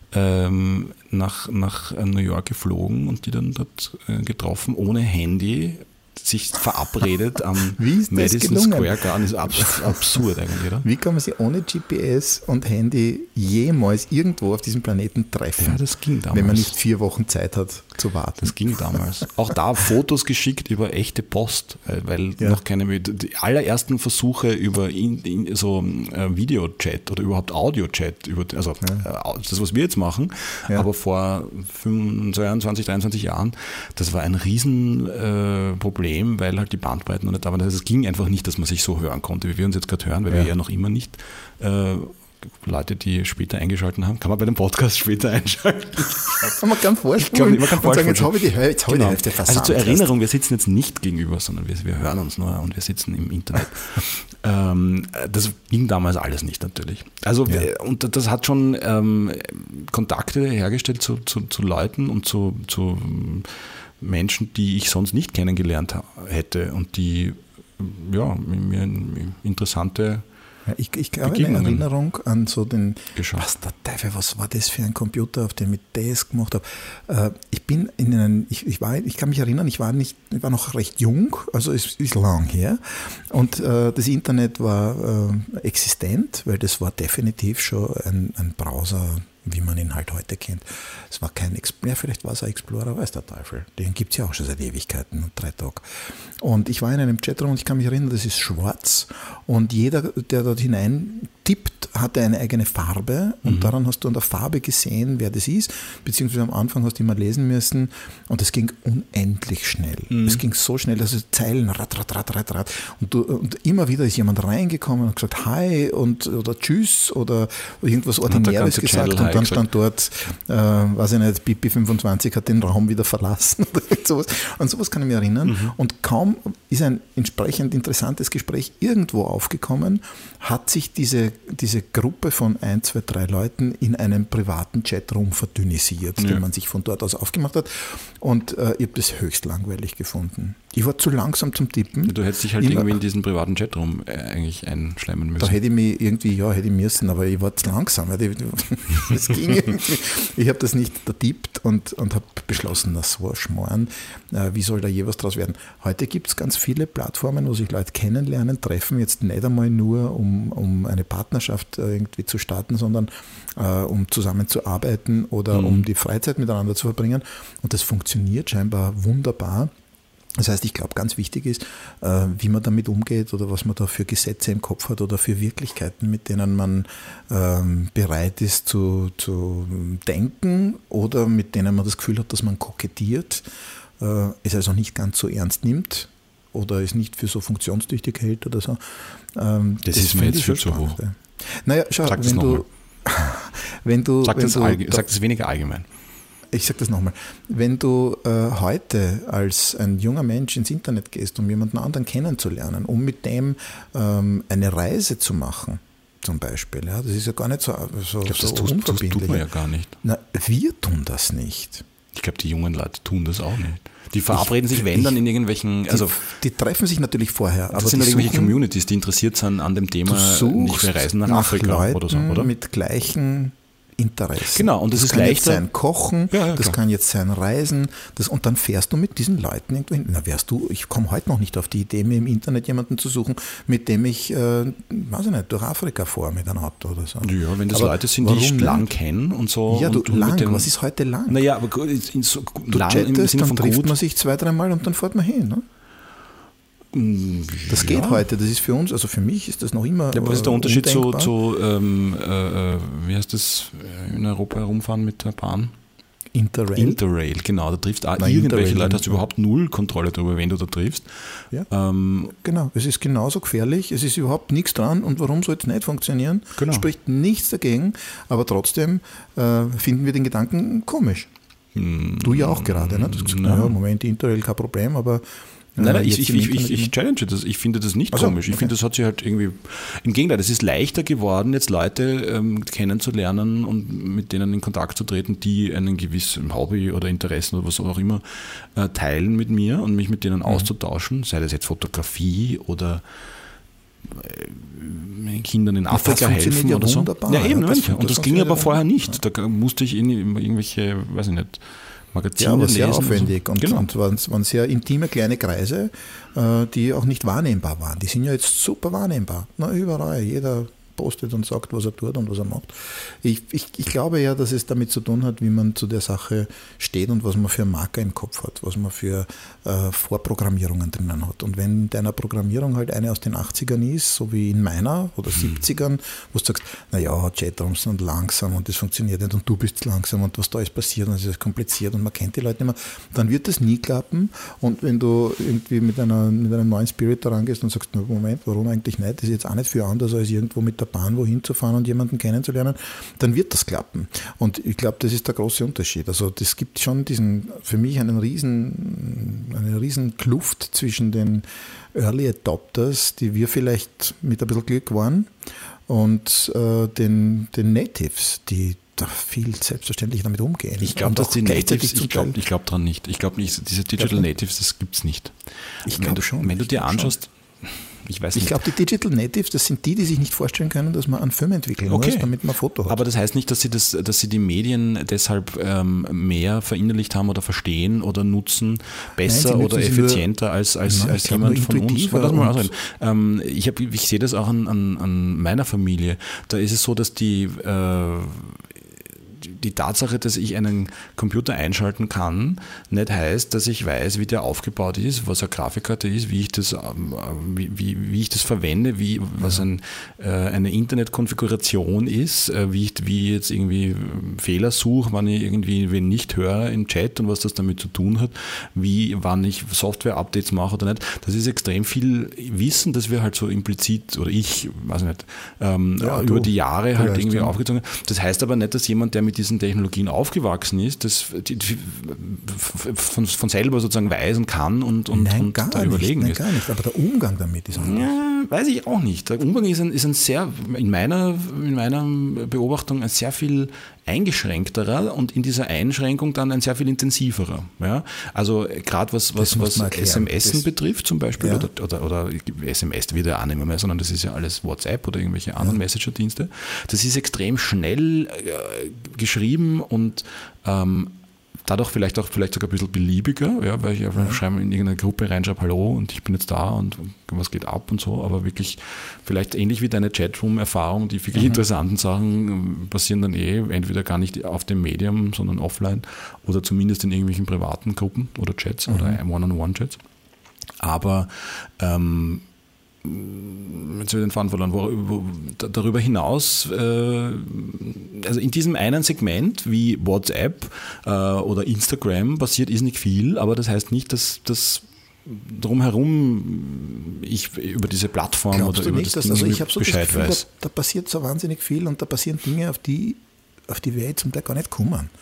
ähm, nach, nach New York geflogen und die dann dort äh, getroffen, ohne Handy, sich verabredet am Madison Square Garden. Das ist abs- absurd eigentlich, oder? Wie kann man sich ohne G P S und Handy jemals irgendwo auf diesem Planeten treffen? Ja, das ging damals. Wenn man nicht vier Wochen Zeit hat zu warten. Das ging damals. Auch da Fotos geschickt über echte Post, weil ja. noch keine, die allerersten Versuche über in, in, so äh, Videochat oder überhaupt Audiochat, über, also ja. äh, das, was wir jetzt machen, ja. aber vor zweiundzwanzig, dreiundzwanzig Jahren, das war ein Riesenproblem. Äh, weil halt die Bandbreiten noch nicht da waren. Das heißt, es ging einfach nicht, dass man sich so hören konnte, wie wir uns jetzt gerade hören, weil ja. wir ja noch immer nicht äh, Leute, die später eingeschaltet haben, kann man bei dem Podcast später einschalten. man kann vorspulen man kann und sagen, jetzt habe ich die, jetzt habe genau. ich die Hälfte versandt. Also zur Erinnerung, wir sitzen jetzt nicht gegenüber, sondern wir, wir hören uns nur und wir sitzen im Internet. ähm, das ging damals alles nicht natürlich. Also ja. und das hat schon ähm, Kontakte hergestellt zu, zu, zu Leuten und zu, zu Menschen, die ich sonst nicht kennengelernt hätte und die ja, mir interessante ja, ich, ich habe eine Erinnerung an so den, Geschafft. was der Teufel, was war das für ein Computer, auf dem ich das gemacht habe. Ich bin in einen, ich, ich war, ich kann mich erinnern, ich war nicht, ich war noch recht jung, also es ist lang her und das Internet war existent, weil das war definitiv schon ein, ein Browser, wie man ihn halt heute kennt. Es war kein Explorer, ja, vielleicht war es ein Explorer, weiß der Teufel. Den gibt es ja auch schon seit Ewigkeiten und drei Tagen. Und ich war in einem Chatraum und ich kann mich erinnern, das ist schwarz und jeder, der dort hinein tippt, hatte eine eigene Farbe und mhm. daran hast du an der Farbe gesehen, wer das ist, beziehungsweise am Anfang hast du immer lesen müssen und es ging unendlich schnell. Mhm. Es ging so schnell, dass es Zeilen, rat, rat, rat, rat, rat und, du, und immer wieder ist jemand reingekommen und gesagt Hi und oder Tschüss oder irgendwas Ordinäres gesagt und dann stand dort, äh, weiß ich nicht, Pipi fünfundzwanzig hat den Raum wieder verlassen oder sowas. An sowas kann ich mich erinnern. Mhm. Und kaum ist ein entsprechend interessantes Gespräch irgendwo aufgekommen, hat sich diese, diese Gruppe von ein, zwei, drei Leuten in einem privaten Chatroom verdünnisiert, ja. den man sich von dort aus aufgemacht hat. Und äh, ich habe das höchst langweilig gefunden. Ich war zu langsam zum Tippen. Du hättest dich halt Immer, irgendwie in diesen privaten Chatroom eigentlich einschleimen müssen. Da hätte ich mich irgendwie, ja, hätte ich müssen, aber ich war zu langsam. Das ging irgendwie. Ich habe das nicht getippt und, und habe beschlossen, das so ein Schmarrn, äh, wie soll da je was draus werden? Heute gibt es ganz viele Plattformen, wo sich Leute kennenlernen, treffen, jetzt nicht einmal nur, um, um eine Partnerschaft äh, irgendwie zu starten, sondern äh, um zusammenzuarbeiten oder mhm. um die Freizeit miteinander zu verbringen. Und das funktioniert scheinbar wunderbar. Das heißt, ich glaube, ganz wichtig ist, wie man damit umgeht oder was man da für Gesetze im Kopf hat oder für Wirklichkeiten, mit denen man bereit ist zu, zu denken oder mit denen man das Gefühl hat, dass man kokettiert, es also nicht ganz so ernst nimmt oder es nicht für so funktionstüchtig hält oder so. Das, das ist mir jetzt viel zu hoch. Naja, schau, sag wenn, das du, wenn du... Sag wenn das, du allge- sag das weniger allgemein. ich sage das nochmal, wenn du äh, heute als ein junger Mensch ins Internet gehst, um jemanden anderen kennenzulernen, um mit dem ähm, eine Reise zu machen, zum Beispiel, ja, das ist ja gar nicht so, so, ich glaube, so das tut, unverbindlich. Das tut man ja gar nicht. Na, wir tun das nicht. Ich glaube, die jungen Leute tun das auch nicht. Die verabreden ich, sich, wenn ich, dann in irgendwelchen, also die, die treffen sich natürlich vorher. Das aber sind die irgendwelche suchen, Communities, die interessiert sind an dem Thema, nicht wir reisen nach, nach Afrika Leuten oder so, oder? Mit gleichen Interessen. Genau, und das, das ist kann leichter. Jetzt sein Kochen, ja, ja, das klar. kann jetzt sein Reisen, das, und dann fährst du mit diesen Leuten irgendwo hin. Na, wärst du, ich komme heute noch nicht auf die Idee, mir im Internet jemanden zu suchen, mit dem ich, äh, weiß ich nicht, durch Afrika fahre mit einem Auto oder so. Ja, wenn das aber Leute sind, die ich lang kenne und so. Ja, du, und, und lang, dem, was ist heute lang? Naja, aber in so, du lang chattest, im Sinne dann von trifft gut. man sich zwei, dreimal und dann fährt man hin, ne? Das geht ja. heute, das ist für uns, also für mich ist das noch immer. Ja, aber was ist der Unterschied zu, undenkbar. zu ähm, äh, wie heißt das, in Europa herumfahren mit der Bahn? Interrail. Interrail, genau, da triffst auch Nein, irgendwelche Leute, hast du überhaupt null Kontrolle darüber, wen du da triffst. Ja, ähm, genau, es ist genauso gefährlich, es ist überhaupt nichts dran und warum soll es nicht funktionieren? Genau. Spricht nichts dagegen, aber trotzdem äh, finden wir den Gedanken komisch. Hm, du ja auch gerade, ne? Du hast gesagt, na. naja, Moment, Interrail, kein Problem, aber Nein, nein, ich, ich, ich, ich, ich challenge das. Ich finde das nicht also, komisch. Ich okay. finde, das hat sich halt irgendwie, im Gegenteil, es ist leichter geworden, jetzt Leute ähm, kennenzulernen und mit denen in Kontakt zu treten, die einen gewissen Hobby oder Interessen oder was auch immer äh, teilen mit mir und mich mit denen mhm. auszutauschen, sei das jetzt Fotografie oder äh, Kindern in Afrika ja, helfen ja oder so. Wunderbar. Ja, eben, ja, das, und das, das ging aber vorher nicht. Da musste ich in irgendwelche, weiß ich nicht, Magazine ja, aber sehr lesen aufwendig so. und, genau. und waren, waren sehr intime kleine Kreise, äh, die auch nicht wahrnehmbar waren. Die sind ja jetzt super wahrnehmbar. Na, überall, jeder postet und sagt, was er tut und was er macht. Ich, ich, ich glaube ja, dass es damit zu tun hat, wie man zu der Sache steht und was man für Marker im Kopf hat, was man für äh, Vorprogrammierungen drinnen hat. Und wenn in deiner Programmierung halt eine aus den achtzigern ist, so wie in meiner oder siebzigern, wo du sagst, naja, Chatrooms sind langsam und das funktioniert nicht und du bist langsam und was da ist passiert und es ist kompliziert und man kennt die Leute nicht mehr, dann wird das nie klappen. Und wenn du irgendwie mit, einer, mit einem neuen Spirit da rangehst und sagst, na, Moment, warum eigentlich nicht? Das ist jetzt auch nicht viel anders, als irgendwo mit der Bahn wohin zu fahren und jemanden kennenzulernen, dann wird das klappen. Und ich glaube, das ist der große Unterschied. Also das gibt schon diesen, für mich einen riesen, eine riesen Kluft zwischen den Early Adopters, die wir vielleicht mit ein bisschen Glück waren, und äh, den, den Natives, die da viel selbstverständlich damit umgehen. Ich glaube, dass die Natives, ich glaube ich glaub daran nicht. Ich glaube nicht, diese Digital Natives, das gibt es nicht. Ich glaube schon. Wenn du dir anschaust, ich weiß nicht. Ich glaube, die Digital Natives, das sind die, die sich nicht vorstellen können, dass man einen Film entwickeln okay. muss, damit man ein Foto hat. Aber das heißt nicht, dass sie, das, dass sie die Medien deshalb ähm, mehr verinnerlicht haben oder verstehen oder nutzen, besser Nein, oder effizienter nur, als, als, nein, als jemand von uns. Lass mal ausreden. Ähm, ich, hab, ich sehe das auch an, an, an meiner Familie. Da ist es so, dass die äh, die Tatsache, dass ich einen Computer einschalten kann, nicht heißt, dass ich weiß, wie der aufgebaut ist, was eine Grafikkarte ist, wie ich das, wie, wie, wie ich das verwende, wie, was ein, äh, eine Internetkonfiguration ist, äh, wie ich wie jetzt irgendwie Fehler suche, wann ich irgendwie wen nicht höre im Chat und was das damit zu tun hat, wie, wann ich Software-Updates mache oder nicht. Das ist extrem viel Wissen, das wir halt so implizit, oder ich, weiß nicht, ähm, ja, über die Jahre halt irgendwie ja. aufgezogen haben. Das heißt aber nicht, dass jemand, der mit diesen Technologien aufgewachsen ist, das die, die, von, von selber sozusagen weiß und kann und, und, nein, und gar da nicht, überlegen nein, ist. gar nicht, aber der Umgang damit ist anders. Ja, weiß ich auch nicht. Der Umgang ist ein, ist ein sehr, in meiner, in meiner Beobachtung ein sehr viel eingeschränkterer und in dieser Einschränkung dann ein sehr viel intensiverer. Ja? Also gerade was, was, was S M S das, betrifft zum Beispiel, ja. oder, oder, oder S M S wird ja auch nicht mehr, sondern das ist ja alles WhatsApp oder irgendwelche anderen ja. Messenger-Dienste. Das ist extrem schnell äh, geschrieben und ähm, dadurch vielleicht auch vielleicht sogar ein bisschen beliebiger, ja, weil ich einfach ja. schreibe in irgendeine Gruppe reinschreibe, hallo und ich bin jetzt da und was geht ab und so, aber wirklich vielleicht ähnlich wie deine Chatroom-Erfahrung, die wirklich mhm. interessanten Sachen passieren dann eh entweder gar nicht auf dem Medium, sondern offline oder zumindest in irgendwelchen privaten Gruppen oder Chats mhm. oder One-on-One-Chats. Aber ähm, jetzt habe ich den Faden verloren, wo, wo, darüber hinaus, äh, also in diesem einen Segment wie WhatsApp äh, oder Instagram passiert ist nicht viel, aber das heißt nicht, dass das drumherum ich über diese Plattform Glaubst oder über nicht, das dass, Ding also ich habe so Bescheid das Gefühl, weiß. Da, da passiert so wahnsinnig viel und da passieren Dinge, auf die, auf die wir jetzt zum Teil gar nicht kommen.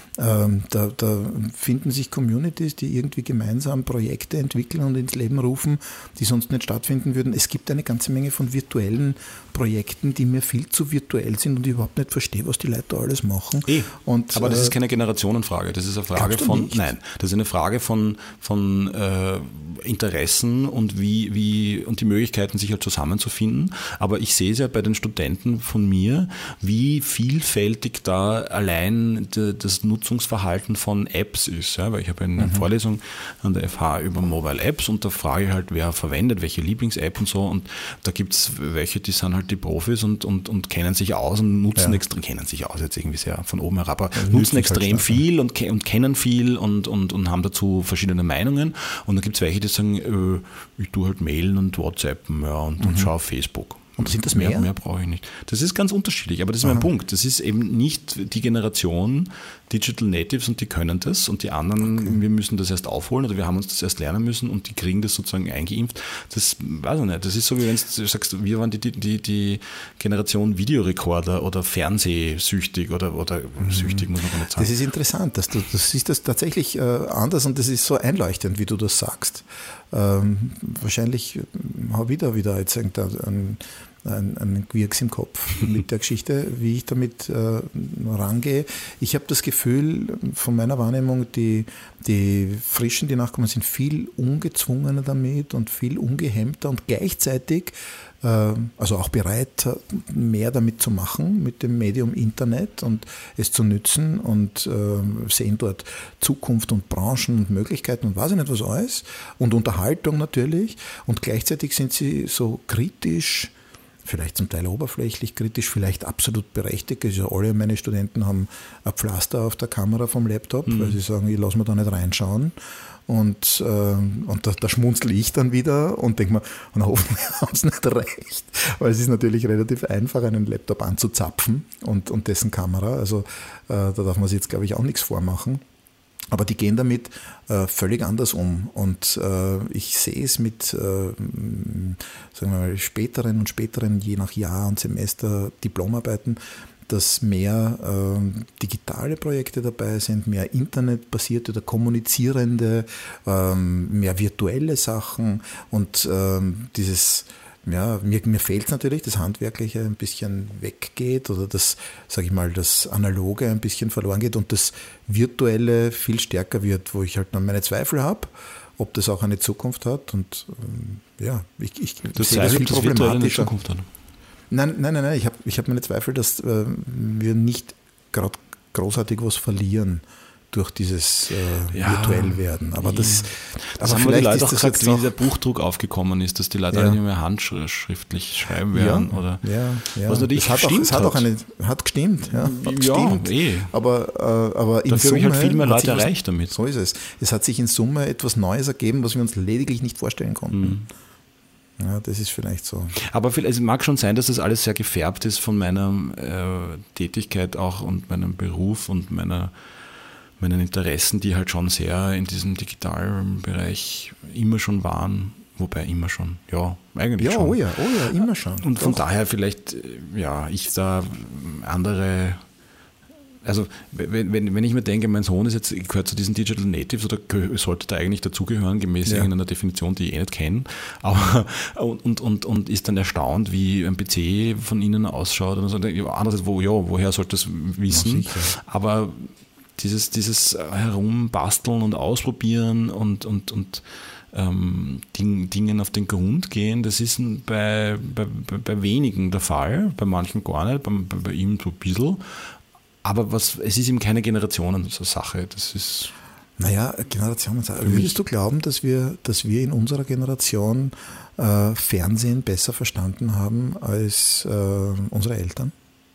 Ähm, da, da finden sich Communities, die irgendwie gemeinsam Projekte entwickeln und ins Leben rufen, die sonst nicht stattfinden würden. Es gibt eine ganze Menge von virtuellen Projekten, die mir viel zu virtuell sind und ich überhaupt nicht verstehe, was die Leute da alles machen. Eh. Und, aber das äh, ist keine Generationenfrage, das ist eine Frage von, nicht? nein, das ist eine Frage von, von äh, Interessen und wie, wie und die Möglichkeiten, sich halt zusammenzufinden. Aber ich sehe es ja bei den Studenten von mir, wie vielfältig da allein de, das Nutzungsverhalten von Apps ist. Ja? Weil ich habe eine mhm. Vorlesung an der F H über Mobile Apps und da frage ich halt, wer verwendet welche Lieblings-App und so. Und da gibt es welche, die sind halt die Profis und, und, und kennen sich aus und nutzen ja. extrem, kennen sich aus jetzt irgendwie sehr von oben herab, aber ja, nutzen extrem halt viel und, und kennen viel und, und, und haben dazu verschiedene Meinungen. Und dann gibt es welche, die sagen, äh, ich tue halt mailen und WhatsAppen ja, und, mhm. und schaue auf Facebook. Und sind das mehr? Mehr, mehr brauche ich nicht. Das ist ganz unterschiedlich, aber das ist Aha. mein Punkt. Das ist eben nicht die Generation Digital Natives und die können das und die anderen, okay. wir müssen das erst aufholen oder wir haben uns das erst lernen müssen und die kriegen das sozusagen eingeimpft. Das weiß ich nicht. Das ist so, wie wenn du sagst, wir waren die, die, die Generation Videorekorder oder Fernsehsüchtig oder, oder mhm. süchtig, muss man gar nicht sagen. Das ist interessant. Dass du, das ist das tatsächlich äh, anders und das ist so einleuchtend, wie du das sagst. Ähm, wahrscheinlich habe ich da wieder jetzt ein Ein, ein Quirks im Kopf mit der Geschichte, wie ich damit äh, rangehe. Ich habe das Gefühl, von meiner Wahrnehmung, die, die Frischen, die nachkommen, sind viel ungezwungener damit und viel ungehemmter und gleichzeitig äh, also auch bereit, mehr damit zu machen, mit dem Medium Internet und es zu nützen und äh, sehen dort Zukunft und Branchen und Möglichkeiten und weiß ich nicht was alles und Unterhaltung natürlich und gleichzeitig sind sie so kritisch, vielleicht zum Teil oberflächlich kritisch, vielleicht absolut berechtigt. Also alle meine Studenten haben ein Pflaster auf der Kamera vom Laptop, mhm. weil sie sagen, ich lasse mir da nicht reinschauen. Und, äh, und da, da schmunzel ich dann wieder und denke mir, na, hoffentlich haben sie nicht recht. Weil es ist natürlich relativ einfach, einen Laptop anzuzapfen und, und dessen Kamera. Also äh, da darf man sich jetzt, glaube ich, auch nichts vormachen. Aber die gehen damit äh, völlig anders um. Und äh, ich sehe es mit äh, sagen wir mal, späteren und späteren, je nach Jahr und Semester, Diplomarbeiten, dass mehr äh, digitale Projekte dabei sind, mehr internetbasierte oder kommunizierende, äh, mehr virtuelle Sachen und äh, dieses... Ja, mir, mir fehlt es natürlich, das Handwerkliche ein bisschen weggeht oder das, sage ich mal, das Analoge ein bisschen verloren geht und das Virtuelle viel stärker wird, wo ich halt dann meine Zweifel habe, ob das auch eine Zukunft hat und ähm, ja, ich, ich das sehe das viel problematischer. Eine Zukunft hat. Nein, nein, nein, nein, ich habe ich hab meine Zweifel, dass äh, wir nicht gerade großartig was verlieren durch dieses äh, ja, virtuell werden. Aber das, das aber haben vielleicht die Leute auch gesagt, wie der Buchdruck aufgekommen ist, dass die Leute ja. nicht mehr handschriftlich schreiben werden. Ja, oder ja, ja. Was natürlich es hat gestimmt auch, es hat. Auch eine, hat gestimmt. Ja, hat gestimmt. Ja, eh. Aber, äh, aber in Dafür Summe habe ich halt viel mehr Leute erreicht was, damit. So ist es. Es hat sich in Summe etwas Neues ergeben, was wir uns lediglich nicht vorstellen konnten. Mhm. Ja, das ist vielleicht so. Aber vielleicht, es mag schon sein, dass das alles sehr gefärbt ist von meiner äh, Tätigkeit auch und meinem Beruf und meiner meinen Interessen, die halt schon sehr in diesem digitalen Bereich immer schon waren, wobei immer schon, ja, eigentlich ja, schon. Oh ja, oh ja, immer schon. Und von Doch. daher vielleicht, ja, ich da andere, also wenn, wenn, wenn ich mir denke, mein Sohn ist jetzt, gehört zu diesen Digital Natives oder sollte da eigentlich dazugehören, gemäß ja. irgendeiner Definition, die ich eh nicht kenne, aber und, und, und, und ist dann erstaunt, wie ein P C von ihnen ausschaut und so. Andererseits, wo, ja, woher sollte das wissen? Ja, aber Dieses, dieses Herumbasteln und Ausprobieren und, und, und ähm, Ding, Dingen auf den Grund gehen, das ist bei, bei, bei wenigen der Fall, bei manchen gar nicht, bei, bei ihm so ein bisschen. Aber was, es ist eben keine Generationen-Sache. Das ist. Naja, Generationen-Sache. Würdest du glauben, dass wir, dass wir in unserer Generation äh, Fernsehen besser verstanden haben als äh, unsere Eltern?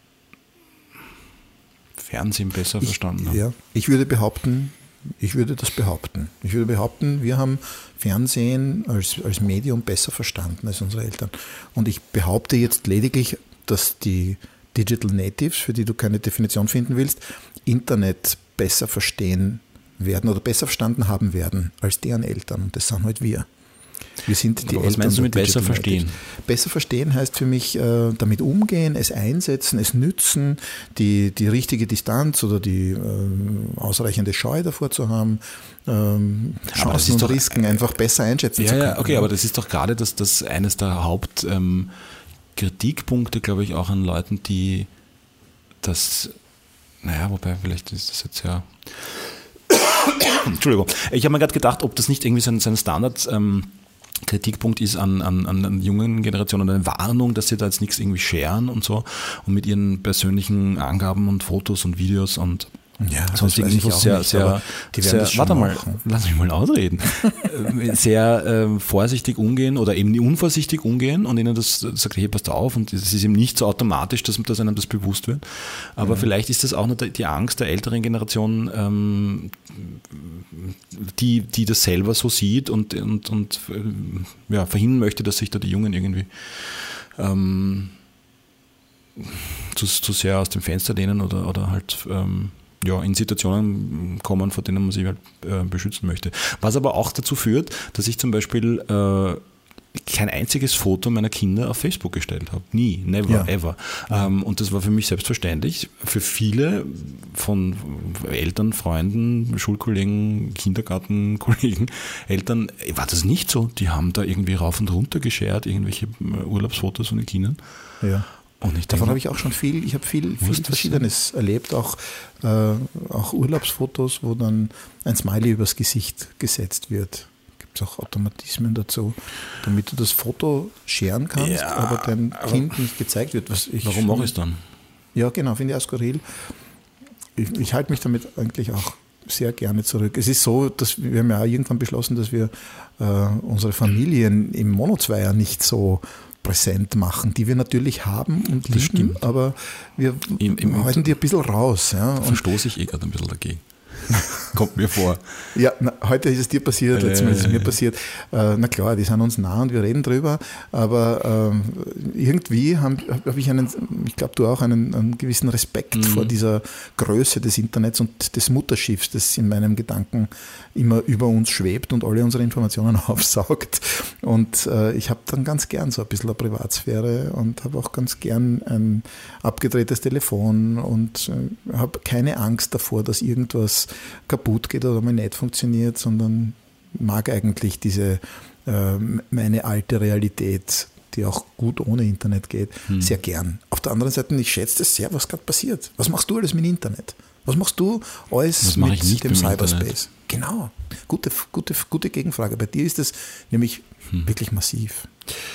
Fernsehen besser ich, verstanden haben. Ja, ich würde behaupten, ich würde das behaupten. Ich würde behaupten, wir haben Fernsehen als, als Medium besser verstanden als unsere Eltern. Und ich behaupte jetzt lediglich, dass die Digital Natives, für die du keine Definition finden willst, Internet besser verstehen werden oder besser verstanden haben werden als deren Eltern. Und das sind halt wir. Wir sind die Aber was Eltern meinst du mit der besser Digital verstehen? Natives. Besser verstehen heißt für mich, äh, damit umgehen, es einsetzen, es nützen, die, die richtige Distanz oder die äh, ausreichende Scheu davor zu haben, ähm, Chancen und doch, Risiken einfach besser einschätzen ja, zu können. Ja, okay, aber das ist doch gerade das, das eines der Hauptkritikpunkte, ähm, glaube ich, auch an Leuten, die das, naja, wobei vielleicht ist das jetzt ja Entschuldigung, ich habe mir gerade gedacht, ob das nicht irgendwie so ein, so ein Standard ähm, Kritikpunkt ist an, an, an jungen Generationen, eine Warnung, dass sie da jetzt nichts irgendwie sharen und so und mit ihren persönlichen Angaben und Fotos und Videos und ja, sonstigen Infos sehr, nicht, sehr, die sehr warte mal, machen. lass mich mal ausreden, sehr äh, vorsichtig umgehen oder eben unvorsichtig umgehen und ihnen das sagt, hey, passt auf, und es ist eben nicht so automatisch, dass, dass einem das bewusst wird, aber mhm. vielleicht ist das auch nur die Angst der älteren Generation, ähm, die, die das selber so sieht und, und, und ja, verhindern möchte, dass sich da die Jungen irgendwie ähm, zu, zu sehr aus dem Fenster lehnen oder, oder halt ähm, ja, in Situationen kommen, vor denen man sich halt äh, beschützen möchte. Was aber auch dazu führt, dass ich zum Beispiel äh, kein einziges Foto meiner Kinder auf Facebook gestellt habe. Nie, never, ja. ever. Ähm, und das war für mich selbstverständlich. Für viele von Eltern, Freunden, Schulkollegen, Kindergartenkollegen, Eltern war das nicht so. Die haben da irgendwie rauf und runter geshared, irgendwelche Urlaubsfotos von den Kindern. Ja. Und ich Davon habe ich auch schon viel, ich habe viel, viel Verschiedenes sein? erlebt, auch, äh, auch Urlaubsfotos, wo dann ein Smiley übers Gesicht gesetzt wird. Gibt es auch Automatismen dazu, damit du das Foto scheren kannst, ja, aber dein Kind nicht gezeigt wird. Was ich warum mache ich es dann? Ja, genau, finde ich auch skurril. Ich, ich halte mich damit eigentlich auch sehr gerne zurück. Es ist so, dass wir haben ja auch irgendwann beschlossen, dass wir äh, unsere Familien im Monozweier nicht so präsent machen, die wir natürlich haben und lieben, stimmt. aber wir Im, im halten die ein bisschen raus. Ja. Verstoße ich eh gerade ein bisschen dagegen. Kommt mir vor. Ja, na, heute ist es dir passiert, letztes Mal ist es mir passiert. Äh, na klar, die sind uns nah und wir reden drüber, aber ähm, irgendwie habe hab ich einen, ich glaube du auch, einen, einen gewissen Respekt mhm. vor dieser Größe des Internets und des Mutterschiffs, das in meinem Gedanken immer über uns schwebt und alle unsere Informationen aufsaugt. Und äh, ich habe dann ganz gern so ein bisschen eine Privatsphäre und habe auch ganz gern ein abgedrehtes Telefon und äh, habe keine Angst davor, dass irgendwas kaputt geht oder mal nicht funktioniert, sondern mag eigentlich diese äh, meine alte Realität, die auch gut ohne Internet geht, hm. sehr gern. Auf der anderen Seite, ich schätze es sehr, was gerade passiert. Was machst du alles mit dem Internet? Was machst du alles mach mit dem Cyberspace? Internet? Genau, gute, gute, gute Gegenfrage. Bei dir ist es nämlich hm. wirklich massiv.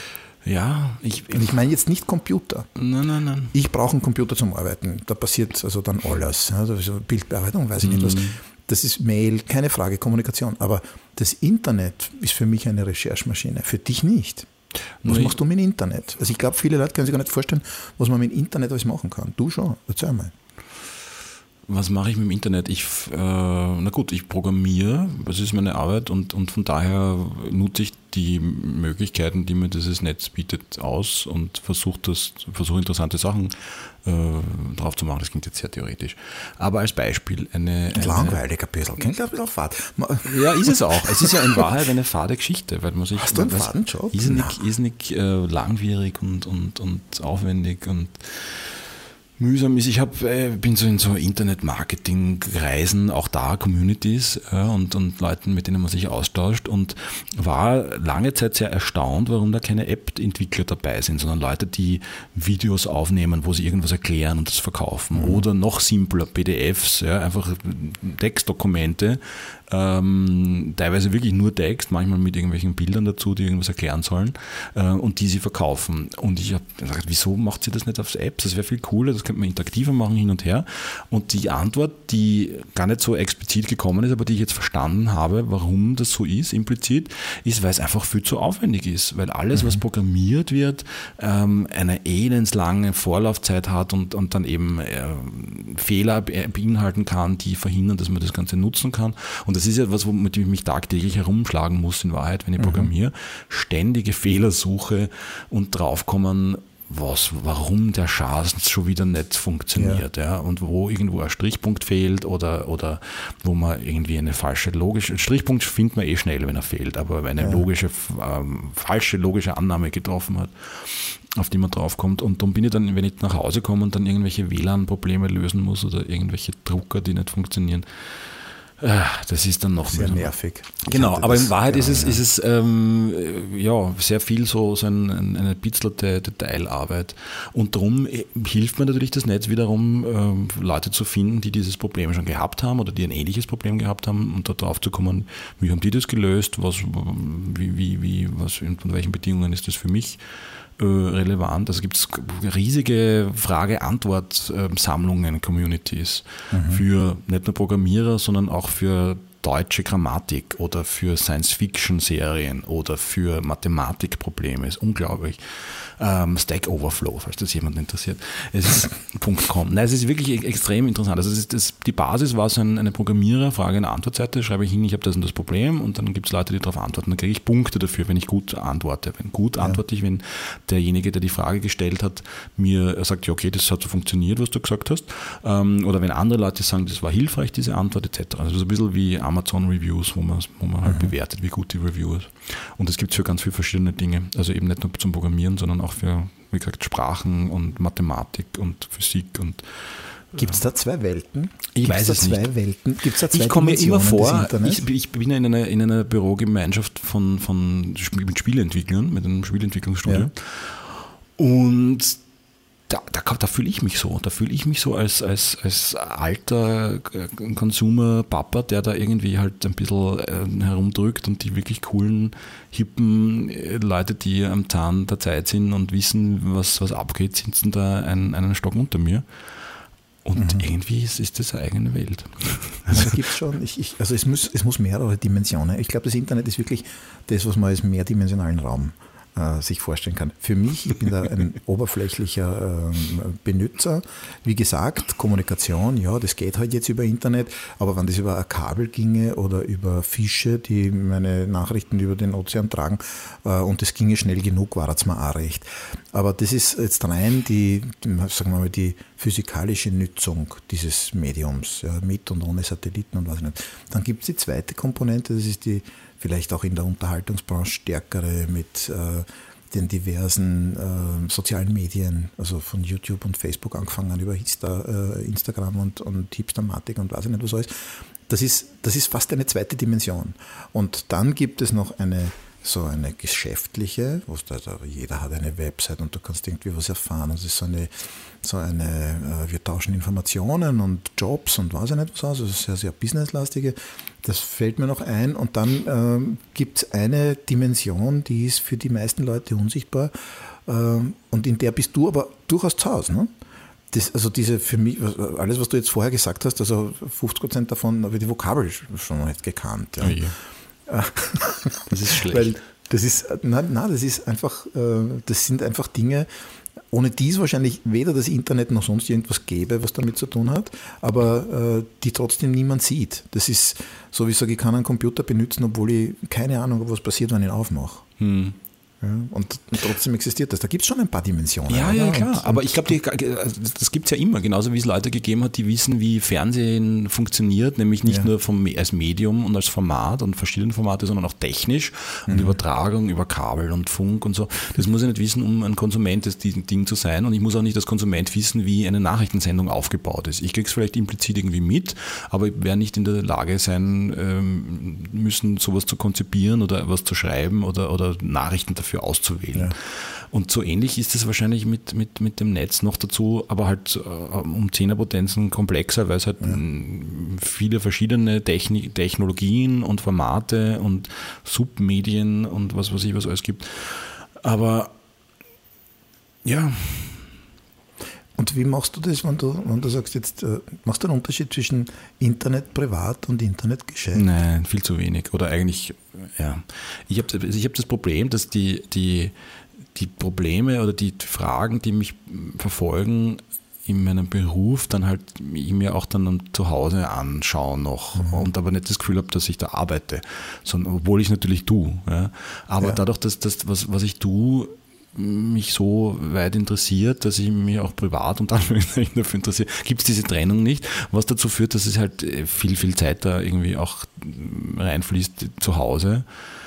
Ja, ich, und ich meine jetzt nicht Computer. Nein, nein, nein. Ich brauche einen Computer zum Arbeiten. Da passiert also dann alles. Also Bildbearbeitung, weiß ich nicht was. Das ist Mail, keine Frage, Kommunikation. Aber das Internet ist für mich eine Recherchemaschine. Für dich nicht. Was nee. machst du mit dem Internet? Also ich glaube, viele Leute können sich gar nicht vorstellen, was man mit dem Internet alles machen kann. Du schon. Erzähl mal. Was mache ich mit dem Internet? Ich, äh, na gut, ich programmiere, das ist meine Arbeit und, und von daher nutze ich die Möglichkeiten, die mir dieses Netz bietet, aus und versuche das, versuche interessante Sachen äh, drauf zu machen. Das klingt jetzt sehr theoretisch. Aber als Beispiel eine... eine langweilig ein bisschen, klingt ein bisschen fad. Ja, ist es auch. Es ist ja in Wahrheit eine fade Geschichte. Weil man sich, Hast du einen Fadenjob? Ist nicht, ist nicht äh, langwierig und, und, und aufwendig und mühsam ist. Ich hab, äh, bin so in so Internet-Marketing-Reisen, auch da Communities äh, und, und Leuten, mit denen man sich austauscht und war lange Zeit sehr erstaunt, warum da keine App-Entwickler dabei sind, sondern Leute, die Videos aufnehmen, wo sie irgendwas erklären und das verkaufen. Mhm. Oder noch simpler, P D Fs, ja, einfach Textdokumente, ähm, teilweise wirklich nur Text, manchmal mit irgendwelchen Bildern dazu, die irgendwas erklären sollen äh, und die sie verkaufen. Und ich habe gesagt, wieso macht sie das nicht auf Apps? Das wäre viel cooler, das könnte man interaktiver machen, hin und her. Und die Antwort, die gar nicht so explizit gekommen ist, aber die ich jetzt verstanden habe, warum das so ist, implizit, ist, weil es einfach viel zu aufwendig ist. Weil alles, mhm. was programmiert wird, ähm, eine elendslange Vorlaufzeit hat und, und dann eben äh, Fehler beinhalten kann, die verhindern, dass man das Ganze nutzen kann. Und das ist ja etwas, womit ich mich tagtäglich herumschlagen muss in Wahrheit, wenn ich programmiere. Mhm. Ständige Fehlersuche und draufkommen, was, warum der Schaß schon wieder nicht funktioniert, ja. ja, und wo irgendwo ein Strichpunkt fehlt oder, oder wo man irgendwie eine falsche logische, Strichpunkt findet man eh schnell, wenn er fehlt, aber eine ja. logische, ähm, falsche logische Annahme getroffen hat, auf die man draufkommt. Und dann bin ich dann, wenn ich nach Hause komme und dann irgendwelche W L A N-Probleme lösen muss oder irgendwelche Drucker, die nicht funktionieren, das ist dann noch sehr mehr nervig. Genau, aber in Wahrheit ist es, ist es ähm, ja, sehr viel so, so ein, eine bitzelte Detailarbeit. Und darum hilft mir natürlich das Netz wiederum, ähm, Leute zu finden, die dieses Problem schon gehabt haben oder die ein ähnliches Problem gehabt haben und da drauf zu kommen, wie haben die das gelöst, was, wie, wie, wie, was, unter welchen Bedingungen ist das für mich relevant. Also gibt es riesige Frage-Antwort-Sammlungen, Communities mhm. für nicht nur Programmierer, sondern auch für deutsche Grammatik oder für Science-Fiction-Serien oder für Mathematikprobleme. Ist unglaublich. Ähm, Stack Overflow, falls das jemand interessiert. Es ist .com. Nein, es ist wirklich extrem interessant. Also es ist das, die Basis war so ein, eine Programmierer-Frage- und Antwortseite. Schreibe ich hin, ich habe das und das Problem und dann gibt es Leute, die darauf antworten. Dann kriege ich Punkte dafür, wenn ich gut antworte. Wenn gut ja. antworte ich, wenn derjenige, der die Frage gestellt hat, mir sagt, ja okay, das hat so funktioniert, was du gesagt hast. Ähm, oder wenn andere Leute sagen, das war hilfreich, diese Antwort et cetera. Also so ein bisschen wie Amazon-Reviews, wo man, wo man halt mhm. bewertet, wie gut die Review ist. Und das gibt es für ganz viele verschiedene Dinge. Also eben nicht nur zum Programmieren, sondern auch für, wie gesagt, Sprachen und Mathematik und Physik. Und gibt es da zwei Welten? Ich Gibt's weiß da es zwei nicht. Welten? Gibt's da zwei ich komme mir immer vor, ich, ich bin in einer, in einer Bürogemeinschaft von, von mit Spieleentwicklern, mit einem Spieleentwicklungsstudio. Ja. Und Da, da, da fühle ich mich so. Da fühle ich mich so als, als, als alter Consumer-Papa, der da irgendwie halt ein bisschen äh, herumdrückt und die wirklich coolen, hippen Leute, die am Zahn der Zeit sind und wissen, was, was abgeht, sitzen da ein, einen Stock unter mir. Und mhm. irgendwie ist, ist das eine eigene Welt. Also da gibt's schon, ich, ich, also es muss, es muss mehrere Dimensionen. Ich glaube, das Internet ist wirklich das, was man als mehrdimensionalen Raum sich vorstellen kann. Für mich, ich bin da ein oberflächlicher äh, Benutzer. Wie gesagt, Kommunikation, ja, das geht halt jetzt über Internet, aber wenn das über ein Kabel ginge oder über Fische, die meine Nachrichten über den Ozean tragen äh, und das ginge schnell genug, war es mir auch recht. Aber das ist jetzt rein die, sagen wir mal, die physikalische Nutzung dieses Mediums, ja, mit und ohne Satelliten und was ich nicht. Dann gibt es die zweite Komponente, das ist die vielleicht auch in der Unterhaltungsbranche stärkere mit äh, den diversen äh, sozialen Medien, also von YouTube und Facebook angefangen über Insta, äh, Instagram und, und Hipstermatik und weiß ich nicht was alles. Das ist, das ist fast eine zweite Dimension. Und dann gibt es noch eine so eine geschäftliche, wo da, da, jeder hat eine Website und du kannst irgendwie was erfahren. Das ist so eine, so eine äh, wir tauschen Informationen und Jobs und weiß ich nicht was aus, also sehr, sehr businesslastige. Das fällt mir noch ein. Und dann ähm, gibt es eine Dimension, die ist für die meisten Leute unsichtbar ähm, und in der bist du aber durchaus zu Hause, ne? Das, also diese für mich, alles was du jetzt vorher gesagt hast, also fünfzig Prozent davon habe ich die Vokabel schon noch nicht gekannt. Ja. Oh ja. Das ist schlecht. Weil das ist, nein, nein, das ist einfach, das sind einfach Dinge, ohne die es wahrscheinlich weder das Internet noch sonst irgendwas gäbe, was damit zu tun hat, aber die trotzdem niemand sieht. Das ist so, wie ich sage, ich kann einen Computer benutzen, obwohl ich keine Ahnung habe, was passiert, wenn ich ihn aufmache. Hm. Ja, und, und trotzdem existiert das. Da gibt es schon ein paar Dimensionen. Ja, ja, oder? klar. Und, aber ich glaube, das gibt es ja immer. Genauso wie es Leute gegeben hat, die wissen, wie Fernsehen funktioniert, nämlich nicht ja. nur vom, als Medium und als Format und verschiedene Formate, sondern auch technisch und mhm. Übertragung über Kabel und Funk und so. Das muss ich nicht wissen, um ein Konsument des Ding zu sein. Und ich muss auch nicht als Konsument wissen, wie eine Nachrichtensendung aufgebaut ist. Ich kriege es vielleicht implizit irgendwie mit, aber ich werde nicht in der Lage sein ähm, müssen, sowas zu konzipieren oder was zu schreiben oder, oder Nachrichten dafür auszuwählen. Ja. Und so ähnlich ist es wahrscheinlich mit, mit, mit dem Netz noch dazu, aber halt äh, um Zehnerpotenzen komplexer, weil es halt ja. viele verschiedene Technik, Technologien und Formate und Submedien und was weiß ich, was alles gibt. Aber ja. Und wie machst du das, wenn du, wenn du sagst, jetzt äh, machst du einen Unterschied zwischen Internet privat und Internet Geschäft? Nein, viel zu wenig. Oder eigentlich, ja. Ich habe ich hab das Problem, dass die, die, die Probleme oder die Fragen, die mich verfolgen in meinem Beruf, dann halt ich mir auch dann zu Hause anschaue noch mhm. und aber nicht das Gefühl habe, dass ich da arbeite, sondern obwohl ich natürlich tue. Ja. Aber ja. dadurch, dass das, was, was ich tue, mich so weit interessiert, dass ich mich auch privat und dafür interessiere, gibt es diese Trennung nicht, was dazu führt, dass es halt viel, viel Zeit da irgendwie auch reinfließt zu Hause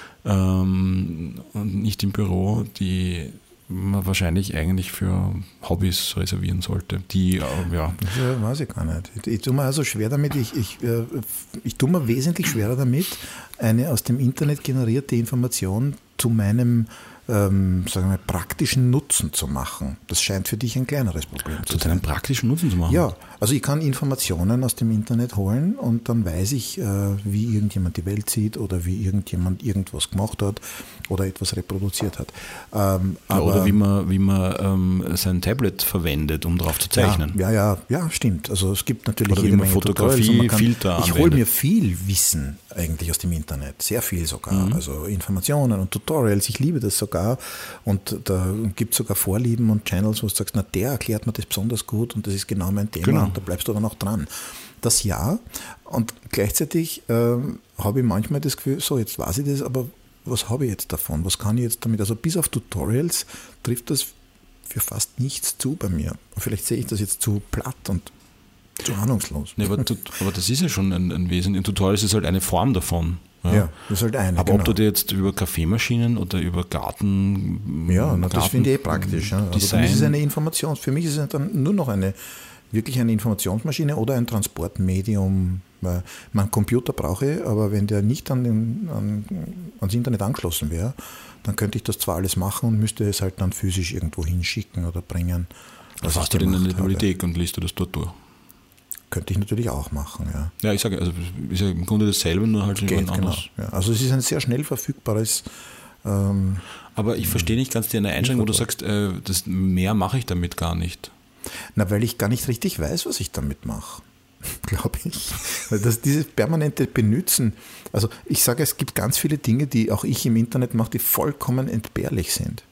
ähm, und nicht im Büro, die man wahrscheinlich eigentlich für Hobbys reservieren sollte. Die, äh, ja. Das weiß ich gar nicht. Ich, ich tue mir also schwer damit, ich, ich, äh, ich tue mir wesentlich schwerer damit, eine aus dem Internet generierte Information zu meinem ähm, sagen wir, praktischen Nutzen zu machen. Das scheint für dich ein kleineres Problem zu sein. Zu deinem praktischen Nutzen zu machen? Ja, also ich kann Informationen aus dem Internet holen und dann weiß ich, äh, wie irgendjemand die Welt sieht oder wie irgendjemand irgendwas gemacht hat oder etwas reproduziert hat. Ähm, ja, aber, oder wie man, wie man ähm, sein Tablet verwendet, um drauf zu zeichnen. Ja, ja, ja, ja, stimmt. Also es gibt natürlich oder jede wie man Menge Fotografie, kann, Filter Ich hole mir viel Wissen eigentlich aus dem Internet, sehr viel sogar. Mhm. Also Informationen und Tutorials, ich liebe das sogar. Und da gibt es sogar Vorlieben und Channels, wo du sagst, na der erklärt mir das besonders gut und das ist genau mein Thema genau. und da bleibst du dann auch dran. Das ja, und gleichzeitig äh, habe ich manchmal das Gefühl, so jetzt weiß ich das, aber was habe ich jetzt davon? Was kann ich jetzt damit? Also bis auf Tutorials trifft das für fast nichts zu bei mir. Vielleicht sehe ich das jetzt zu platt und zu ahnungslos. Nee, aber, aber das ist ja schon ein, ein Wesen. Ein Tutorial ist halt eine Form davon. Ja, ja, das ist halt eine. Aber genau. ob du dir jetzt über Kaffeemaschinen oder über Garten. Ja, na, Garten das finde ich eh praktisch. Ja. Also Design. das ist eine Information. Für mich ist es dann nur noch eine wirklich eine Informationsmaschine oder ein Transportmedium. Weil mein Computer brauche ich, aber wenn der nicht an den, an, ans Internet angeschlossen wäre, dann könnte ich das zwar alles machen und müsste es halt dann physisch irgendwo hinschicken oder bringen. Was hast du denn in der Bibliothek und liest du das dort durch? Könnte ich natürlich auch machen, ja. Ja, ich sage, also ist ja im Grunde dasselbe, nur halt Geht, jemand anders. Genau. Ja, also es ist ein sehr schnell verfügbares. Ähm, Aber ich verstehe nicht ganz deine Einschränkung, wo du sagst, äh, das mehr mache ich damit gar nicht. Na, weil ich gar nicht richtig weiß, was ich damit mache, glaube ich. Weil das, dieses permanente Benutzen, also ich sage, es gibt ganz viele Dinge, die auch ich im Internet mache, die vollkommen entbehrlich sind.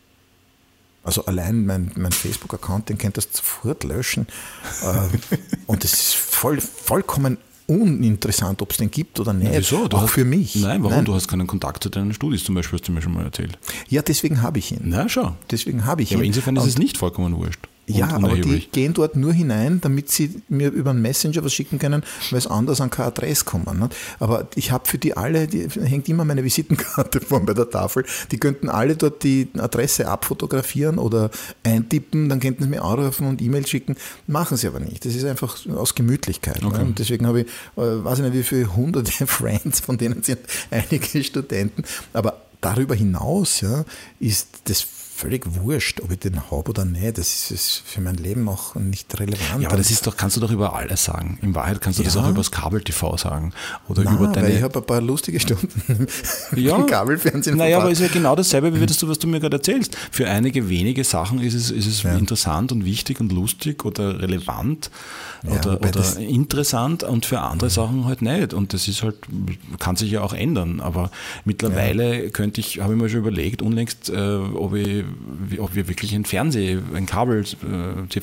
Also allein mein, mein Facebook-Account, den könnt ihr sofort löschen. äh, und es ist voll, vollkommen uninteressant, ob es den gibt oder nicht. Ja, wieso? Du auch hast, für mich. Nein, warum? Nein. Du hast keinen Kontakt zu deinen Studis zum Beispiel, hast du mir schon mal erzählt. Ja, deswegen habe ich ihn. Na, schau. Deswegen habe ich ja, ihn. Aber insofern ist und es nicht vollkommen wurscht. Ja, aber die gehen dort nur hinein, damit sie mir über einen Messenger was schicken können, weil es anders an keine Adresse kommen. Nicht? Aber ich habe für die alle, die hängt immer meine Visitenkarte vor bei der Tafel, die könnten alle dort die Adresse abfotografieren oder eintippen, dann könnten sie mir anrufen und E-Mail schicken. Machen sie aber nicht. Das ist einfach aus Gemütlichkeit. Okay. Und deswegen habe ich, äh, weiß ich nicht, wie viele hunderte Friends, von denen sind einige Studenten. Aber darüber hinaus ja, ist das völlig wurscht, ob ich den habe oder nicht. Das ist für mein Leben auch nicht relevant. Ja, aber das ist doch, kannst du doch über alles sagen. In Wahrheit kannst du ja. das auch über das Kabel-T V sagen. Oder Nein, über deine. Weil ich habe ein paar lustige Stunden ja. im Kabelfernsehen. Naja, aber es ist ja genau dasselbe, wie das, was du mir gerade erzählst. Für einige wenige Sachen ist es, ist es ja. interessant und wichtig und lustig oder relevant ja, oder, oder interessant und für andere mhm. Sachen halt nicht. Und das ist halt, kann sich ja auch ändern. Aber mittlerweile ja. könnte ich, habe ich mir schon überlegt, unlängst, äh, ob ich ob wir wirklich ein Fernseh-, ein Kabel-T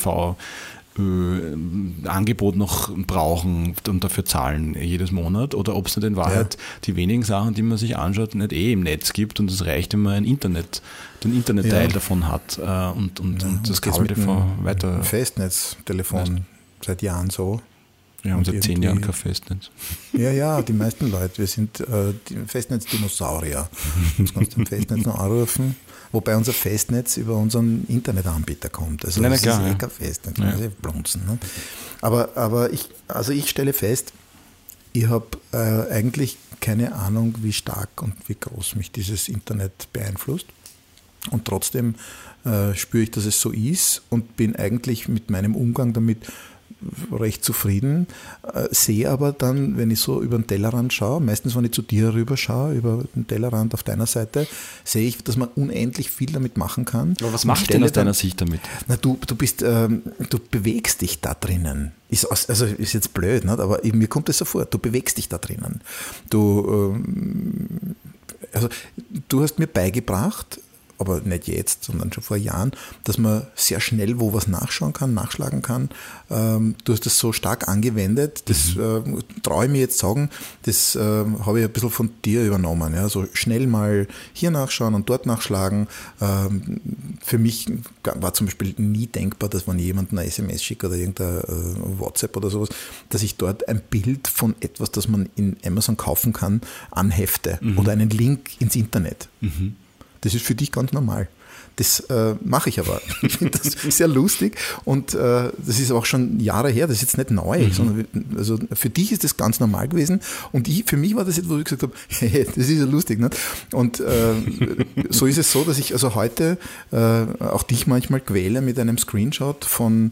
V-Angebot noch brauchen und dafür zahlen jedes Monat oder ob es nicht in Wahrheit ja. die wenigen Sachen, die man sich anschaut, nicht eh im Netz gibt und es reicht, wenn man ein Internet, den Internetteil ja. davon hat und, und, ja, und das Kabel-T V weiter. Festnetztelefon seit Jahren so. Wir haben seit zehn Jahren kein Festnetz. Ja, ja, die meisten Leute. Wir sind äh, die Festnetz-Dinosaurier. Jetzt kannst du im Festnetz noch anrufen, wobei unser Festnetz über unseren Internetanbieter kommt. Also Nein, das klar, ist eh ja. kein Festnetz, ja. das ist blunzen. Ne? Aber, aber ich, also ich stelle fest, ich habe äh, eigentlich keine Ahnung, wie stark und wie groß mich dieses Internet beeinflusst. Und trotzdem äh, spüre ich, dass es so ist und bin eigentlich mit meinem Umgang damit recht zufrieden, äh, sehe aber dann, wenn ich so über den Tellerrand schaue, meistens wenn ich zu dir rüber schaue, über den Tellerrand auf deiner Seite, sehe ich, dass man unendlich viel damit machen kann. Aber was machst du denn aus deiner Sicht damit? Na, du, du bist, ähm, du bewegst dich da drinnen. Ist, also ist jetzt blöd, nicht? Aber mir kommt das so vor, du bewegst dich da drinnen. Du, ähm, also, du hast mir beigebracht, aber nicht jetzt, sondern schon vor Jahren, dass man sehr schnell wo was nachschauen kann, nachschlagen kann. Ähm, du hast das so stark angewendet, das mhm. äh, traue ich mir jetzt sagen, das äh, habe ich ein bisschen von dir übernommen. Ja? So schnell mal hier nachschauen und dort nachschlagen, ähm, für mich war zum Beispiel nie denkbar, dass wenn jemand eine S M S schickt oder irgendein äh, WhatsApp oder sowas, dass ich dort ein Bild von etwas, das man in Amazon kaufen kann, anhefte mhm. oder einen Link ins Internet. Mhm. Das ist für dich ganz normal. Das äh, mache ich aber. Ich finde das sehr lustig und äh, das ist auch schon Jahre her, das ist jetzt nicht neu, mhm. sondern also für dich ist das ganz normal gewesen und ich, für mich war das jetzt, wo ich gesagt habe, hey, das ist ja lustig. Nicht? Und äh, so ist es so, dass ich also heute äh, auch dich manchmal quäle mit einem Screenshot von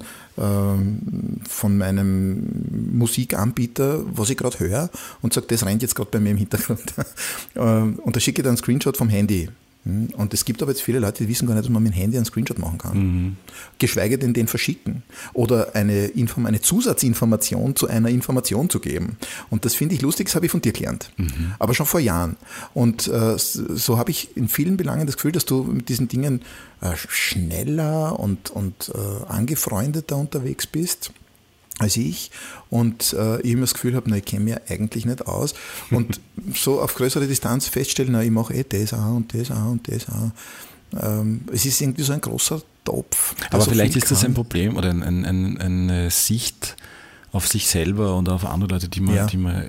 von meinem Musikanbieter, was ich gerade höre und sage, das rennt jetzt gerade bei mir im Hintergrund. Und da schicke ich dann einen Screenshot vom Handy. Und es gibt aber jetzt viele Leute, die wissen gar nicht, dass man mit dem Handy einen Screenshot machen kann. Mhm. Geschweige denn den verschicken. Oder eine, Inform- eine Zusatzinformation zu einer Information zu geben. Und das finde ich lustig, das habe ich von dir gelernt. Mhm. Aber schon vor Jahren. Und äh, so habe ich in vielen Belangen das Gefühl, dass du mit diesen Dingen äh, schneller und, und äh, angefreundeter unterwegs bist als ich und äh, ich immer das Gefühl habe, na, ich kenne mich eigentlich nicht aus und so auf größere Distanz feststellen, na, ich mache eh das auch und das auch und das auch. Ähm, es ist irgendwie so ein großer Topf. Aber so vielleicht ist das ein Problem oder ein, ein, ein, eine Sicht auf sich selber und auf andere Leute, die man, ja. die man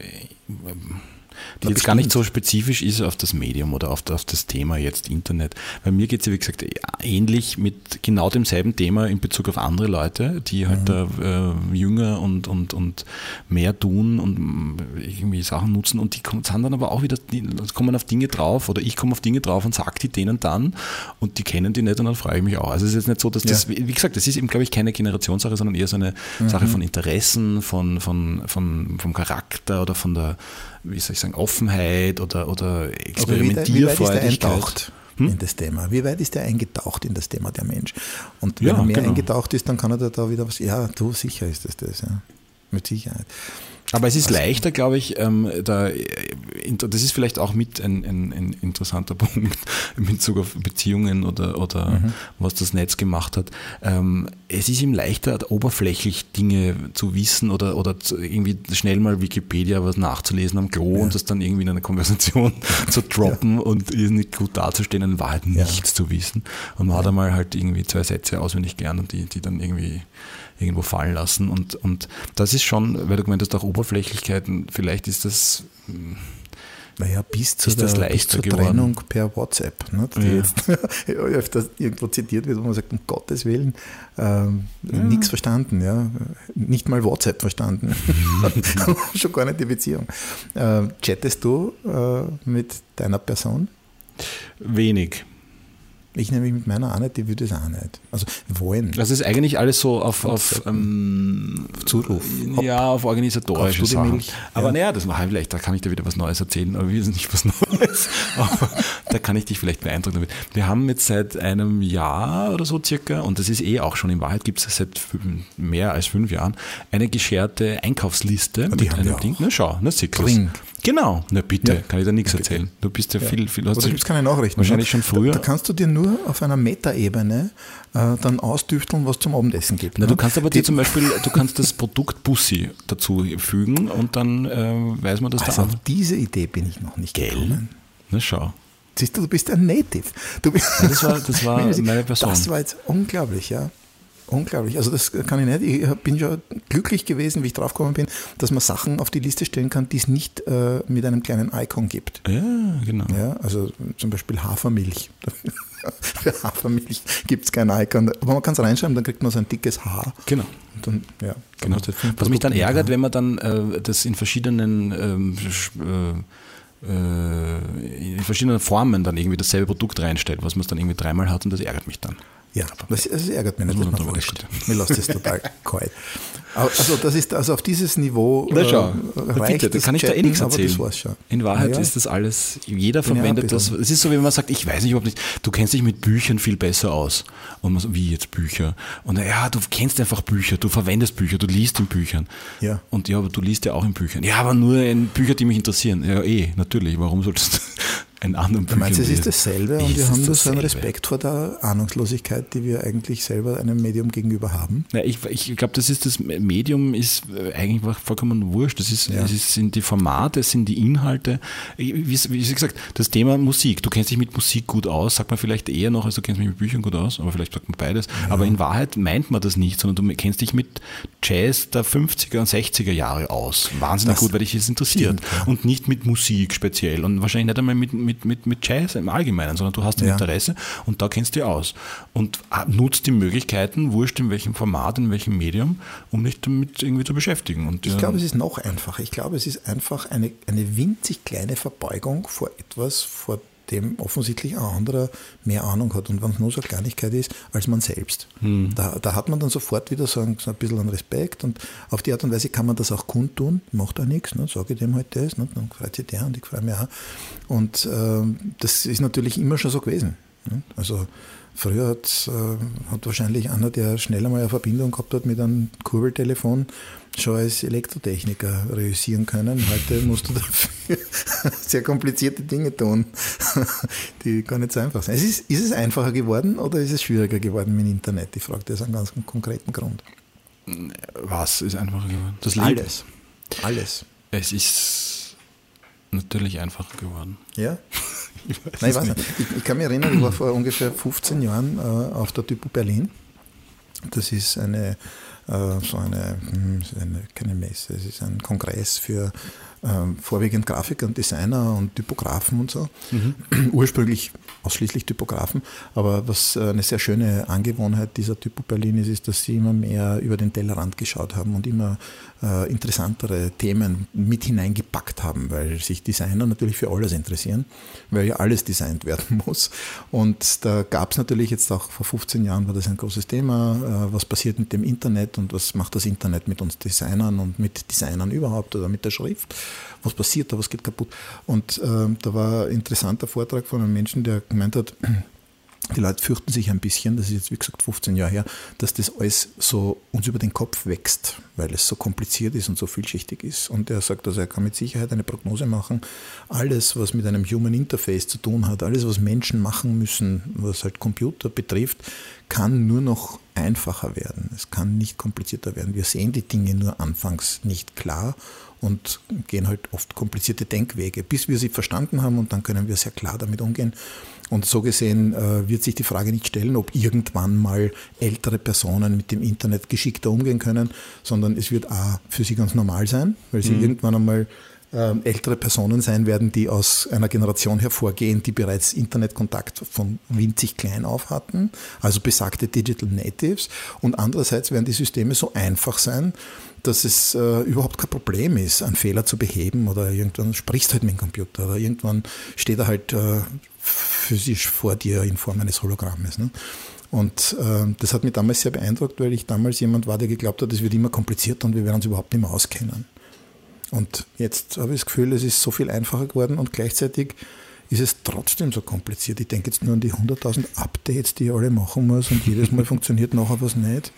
die jetzt gar nicht so spezifisch ist auf das Medium oder auf, auf das Thema jetzt Internet. Bei mir geht es ja, wie gesagt, ähnlich mit genau demselben Thema in Bezug auf andere Leute, die halt mhm. da äh, jünger und, und, und mehr tun und irgendwie Sachen nutzen und die kommen, sind dann aber auch wieder, die kommen auf Dinge drauf oder ich komme auf Dinge drauf und sage die denen dann und die kennen die nicht und dann freue ich mich auch. Also es ist jetzt nicht so, dass das, ja. wie gesagt, das ist eben, glaube ich, keine Generationssache, sondern eher so eine mhm. Sache von Interessen, von, von, von, vom Charakter oder von der, wie soll ich sagen, Offenheit oder, oder Experimentierfreudigkeit. Hm? In das Thema. Wie weit ist der eingetaucht in das Thema, der Mensch? Und wenn ja, er mehr genau. eingetaucht ist, dann kann er da, da wieder was, ja, du, sicher ist das das, ja. Mit Sicherheit. Aber es ist also leichter, glaube ich, ähm, da, das ist vielleicht auch mit ein, ein, ein interessanter Punkt in Bezug auf Beziehungen oder, oder mhm. was das Netz gemacht hat. Ähm, es ist ihm leichter, oberflächlich Dinge zu wissen oder, oder zu, irgendwie schnell mal Wikipedia was nachzulesen am Klo ja. und das dann irgendwie in einer Konversation zu droppen ja. und nicht gut dazustehen, in Wahrheit nichts ja. zu wissen. Und man ja. hat einmal halt irgendwie zwei Sätze auswendig gelernt und die, die dann irgendwie irgendwo fallen lassen und, und das ist schon, weil du gemeint hast, auch Oberflächlichkeiten, vielleicht ist das naja, bis, zu der, bis zur geworden. Trennung per WhatsApp, ne, die ja. jetzt öfter irgendwo zitiert wird, wo man sagt, um Gottes Willen, ähm, ja. nichts verstanden, ja, nicht mal WhatsApp verstanden, schon gar nicht die Beziehung. Äh, chattest du äh, mit deiner Person? Wenig. Ich nämlich mit meiner auch nicht, die würde es auch nicht. Also wollen. Das ist eigentlich alles so auf, auf ähm, Zuruf. Ja, auf organisatorische Sachen. Aber ja. naja, das mache ich vielleicht, da kann ich dir wieder was Neues erzählen, aber wir sind nicht was Neues. Aber da kann ich dich vielleicht beeindrucken damit. Wir haben jetzt seit einem Jahr oder so circa, und das ist eh auch schon in Wahrheit, gibt es seit mehr als fünf Jahren, eine gescherte Einkaufsliste die mit einem Ding. Na schau, na sickles. Genau, na bitte, ja. kann ich dir nichts okay. erzählen. Du bist ja, ja. viel, viel. Hast Oder gibt es keine Nachrichten? Wahrscheinlich schon früher. Da, da kannst du dir nur auf einer Metaebene äh, dann ausdüfteln, was zum Abendessen gibt. Na, ne? Du kannst aber dir zum Beispiel, du kannst das Produkt Bussi dazu fügen und dann äh, weiß man, dass also da. Auf diese Idee bin ich noch nicht Gell? gekommen. Na schau. Siehst du, du bist ein Native. Du bist ja, das war, das war meine Person. Das war jetzt unglaublich, ja. Unglaublich. Also das kann ich nicht. Ich bin schon glücklich gewesen, wie ich draufgekommen bin, dass man Sachen auf die Liste stellen kann, die es nicht äh, mit einem kleinen Icon gibt. Ja, genau. Ja, also zum Beispiel Hafermilch. Für Hafermilch gibt es kein Icon. Aber man kann es reinschreiben, dann kriegt man so ein dickes H. Genau. Und dann, ja, genau. Dann was mich dann ärgert, wenn man dann äh, das in verschiedenen ähm, äh, in verschiedenen Formen dann irgendwie dasselbe Produkt reinstellt, was man dann irgendwie dreimal hat und das ärgert mich dann. Ja, das, das ärgert mich nicht. Das mir lässt das total kalt. Also das ist also auf dieses Niveau Na schau, äh, reicht bitte, da kann ich Chatten, da eh nichts erzählen. Das war's schon. In Wahrheit ja. ist das alles, jeder verwendet das. Es ist so, wie man sagt, ich weiß nicht überhaupt nicht, du kennst dich mit Büchern viel besser aus. Und man so, wie jetzt Bücher? Und ja, du kennst einfach Bücher, du verwendest Bücher, du liest in Büchern. Ja. Und ja, aber du liest ja auch in Büchern. Ja, aber nur in Bücher, die mich interessieren. Ja, eh, natürlich, warum sollst du... in anderen Du meinst, es ist dasselbe und ist wir haben da so einen dasselbe. Respekt vor der Ahnungslosigkeit, die wir eigentlich selber einem Medium gegenüber haben? Ja, ich ich glaube, das ist das Medium ist eigentlich vollkommen wurscht. Das ist, Ja. es ist, sind die Formate, es sind die Inhalte. Wie, wie gesagt, das Thema Musik. Du kennst dich mit Musik gut aus, sagt man vielleicht eher noch, als du kennst mich mit Büchern gut aus, aber vielleicht sagt man beides. Ja. Aber in Wahrheit meint man das nicht, sondern du kennst dich mit Jazz der fünfziger und sechziger Jahre aus. Wahnsinnig Das gut, weil dich das interessiert. stimmt, ja. Und nicht mit Musik speziell und wahrscheinlich nicht einmal mit, mit, mit, mit Jazz im Allgemeinen, sondern du hast ein Ja. Interesse und da kennst du dich aus. Und nutzt die Möglichkeiten, wurscht in welchem Format, in welchem Medium, um dich damit irgendwie zu beschäftigen. Und, Ich ja, glaube, es ist noch einfacher. Ich glaube, es ist einfach eine, eine winzig kleine Verbeugung vor etwas, vor dem offensichtlich ein anderer mehr Ahnung hat. Und wenn es nur so eine Kleinigkeit ist, als man selbst. Hm. Da, da hat man dann sofort wieder so ein, so ein bisschen an Respekt und auf die Art und Weise kann man das auch kundtun. Macht auch nichts, ne? Sage ich dem halt das, ne? Dann freut sich der und ich freue mich auch. Und ähm, das ist natürlich immer schon so gewesen. Ne? Also früher hat, äh, hat wahrscheinlich einer, der schneller mal eine Verbindung gehabt hat mit einem Kurbeltelefon, schon als Elektrotechniker realisieren können. Heute musst du dafür sehr komplizierte Dinge tun, die gar nicht so einfach sind. Es ist, ist es einfacher geworden oder ist es schwieriger geworden mit dem Internet? Ich frage das aus einem ganz konkreten Grund. was ist einfacher geworden? Das Leben. Alles. Alles. Es ist natürlich einfacher geworden. Ja? Ich weiß Nein, ich es weiß nicht. Ich, ich kann mich erinnern, ich war vor ungefähr fünfzehn Jahren äh, auf der Typo Berlin. Das ist eine, äh, so eine, hm, das ist eine, keine Messe, es ist ein Kongress für äh, vorwiegend Grafiker und Designer und Typografen und so. Mhm. Ursprünglich ausschließlich Typografen, aber was eine sehr schöne Angewohnheit dieser Typo Berlin ist, ist, dass sie immer mehr über den Tellerrand geschaut haben und immer äh, interessantere Themen mit hineingepackt haben, weil sich Designer natürlich für alles interessieren, weil ja alles designt werden muss. Und da gab es natürlich jetzt auch vor fünfzehn Jahren war das ein großes Thema, äh, was passiert mit dem Internet und was macht das Internet mit uns Designern und mit Designern überhaupt oder mit der Schrift. Was passiert da, was geht kaputt? Und äh, da war ein interessanter Vortrag von einem Menschen, der gemeint hat, die Leute fürchten sich ein bisschen, das ist jetzt wie gesagt fünfzehn Jahre her, dass das alles so uns über den Kopf wächst, weil es so kompliziert ist und so vielschichtig ist. Und er sagt, also er kann mit Sicherheit eine Prognose machen, alles, was mit einem Human Interface zu tun hat, alles, was Menschen machen müssen, was halt Computer betrifft, kann nur noch einfacher werden. Es kann nicht komplizierter werden. Wir sehen die Dinge nur anfangs nicht klar und gehen halt oft komplizierte Denkwege, bis wir sie verstanden haben und dann können wir sehr klar damit umgehen. Und so gesehen äh, wird sich die Frage nicht stellen, ob irgendwann mal ältere Personen mit dem Internet geschickter umgehen können, sondern es wird A, für sie ganz normal sein, weil sie mhm. irgendwann einmal äh, ältere Personen sein werden, die aus einer Generation hervorgehen, die bereits Internetkontakt von winzig klein auf hatten, also besagte Digital Natives. Und andererseits werden die Systeme so einfach sein, dass es äh, überhaupt kein Problem ist, einen Fehler zu beheben oder irgendwann sprichst du halt mit dem Computer oder irgendwann steht er halt äh, physisch vor dir in Form eines Hologrammes. Ne? Und äh, das hat mich damals sehr beeindruckt, weil ich damals jemand war, der geglaubt hat, es wird immer komplizierter und wir werden uns überhaupt nicht mehr auskennen. Und jetzt habe ich das Gefühl, es ist so viel einfacher geworden und gleichzeitig ist es trotzdem so kompliziert. Ich denke jetzt nur an die hunderttausend Updates, die ich alle machen muss und jedes Mal funktioniert nachher was nicht.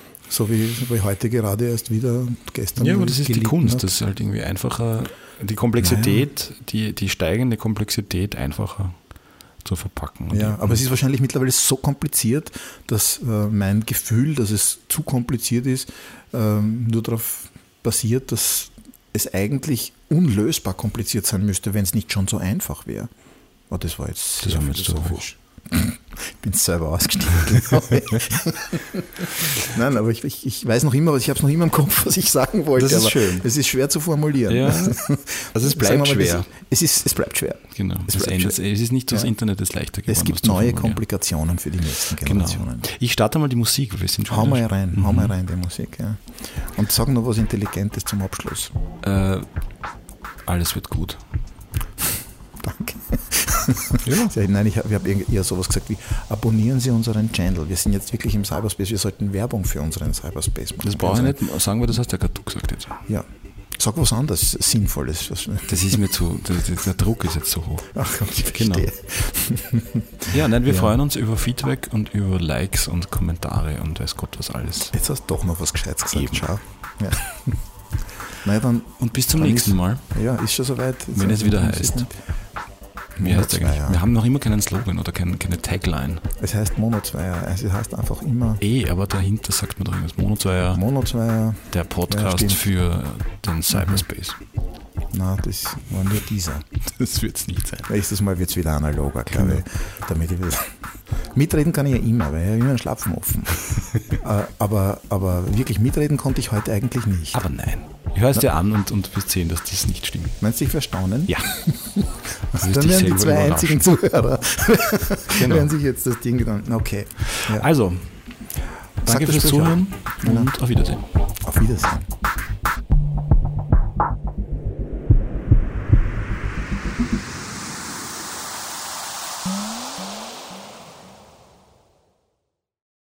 So wie, wie heute gerade erst wieder gestern. Ja, aber das ist die Kunst, hat. das ist halt irgendwie einfacher, die Komplexität, naja. die, die steigende Komplexität einfacher zu verpacken. Ja, aber es ist wahrscheinlich mittlerweile so kompliziert, dass äh, mein Gefühl, dass es zu kompliziert ist, äh, nur darauf basiert, dass es eigentlich unlösbar kompliziert sein müsste, wenn es nicht schon so einfach wäre. Oh, das war jetzt sehr philosophisch. Ich bin selber ausgestiegen. Nein, aber ich, ich, ich weiß noch immer, ich habe es noch immer im Kopf, was ich sagen wollte. Das ist aber schön. Es ist schwer zu formulieren. Ja. Also es bleibt mal, schwer. Es ist, es bleibt schwer. Genau. Es, es, bleibt ändert, schwer. es ist nicht das ja. Internet, das leichter geworden. Es gibt neue Komplikationen für die nächsten Generationen. Genau. Ich starte mal die Musik, weil wir sind schon. Hau mal rein, mhm. hau mal rein die Musik. Ja. Und sag noch was Intelligentes zum Abschluss. Äh, alles wird gut. Danke. Ja. Nein, ich habe hab eher sowas gesagt wie, abonnieren Sie unseren Channel. Wir sind jetzt wirklich im Cyberspace, wir sollten Werbung für unseren Cyberspace machen. Das brauche ich nicht sagen, wir, das hast ja gerade du gesagt jetzt. Ja, sag was anderes, Sinnvolles. Das ist mir zu, der, der Druck ist jetzt so hoch. Ach, ich genau. Ja, nein, wir ja. freuen uns über Feedback und über Likes und Kommentare und weiß Gott was alles. Jetzt hast du doch noch was Gescheites gesagt. Eben. Schau. Ja. Naja, dann, und bis zum nächsten ist, Mal. Ja, ist schon soweit. Wenn es wieder heißt. Wie heißt der eigentlich? Monozweier. Wir haben noch immer keinen Slogan oder keine, keine Tagline. Es heißt Monozweier. Es heißt einfach immer Eh, aber dahinter sagt man doch irgendwas. Monozweier, Monozweier. der Podcast Ja, für den Cyberspace. Na, das war nur dieser. Das wird es nicht sein. Nächstes Mal wird es wieder analoger, glaube Genau. ich. Damit ich wieder mitreden kann ich ja immer, weil ich habe immer einen Schlapfen offen. Äh, aber, aber wirklich mitreden konnte ich heute eigentlich nicht. Aber nein. Ich höre es dir an und, und wirst sehen, dass das nicht stimmt. Meinst du, ich verstaunen? Ja. Dann werden die zwei einzigen Zuhörer Genau. werden sich jetzt das Ding gedacht. Okay. Ja. Also, danke Sagt der fürs Sprüche. Zuhören Genau. und auf Wiedersehen. Auf Wiedersehen.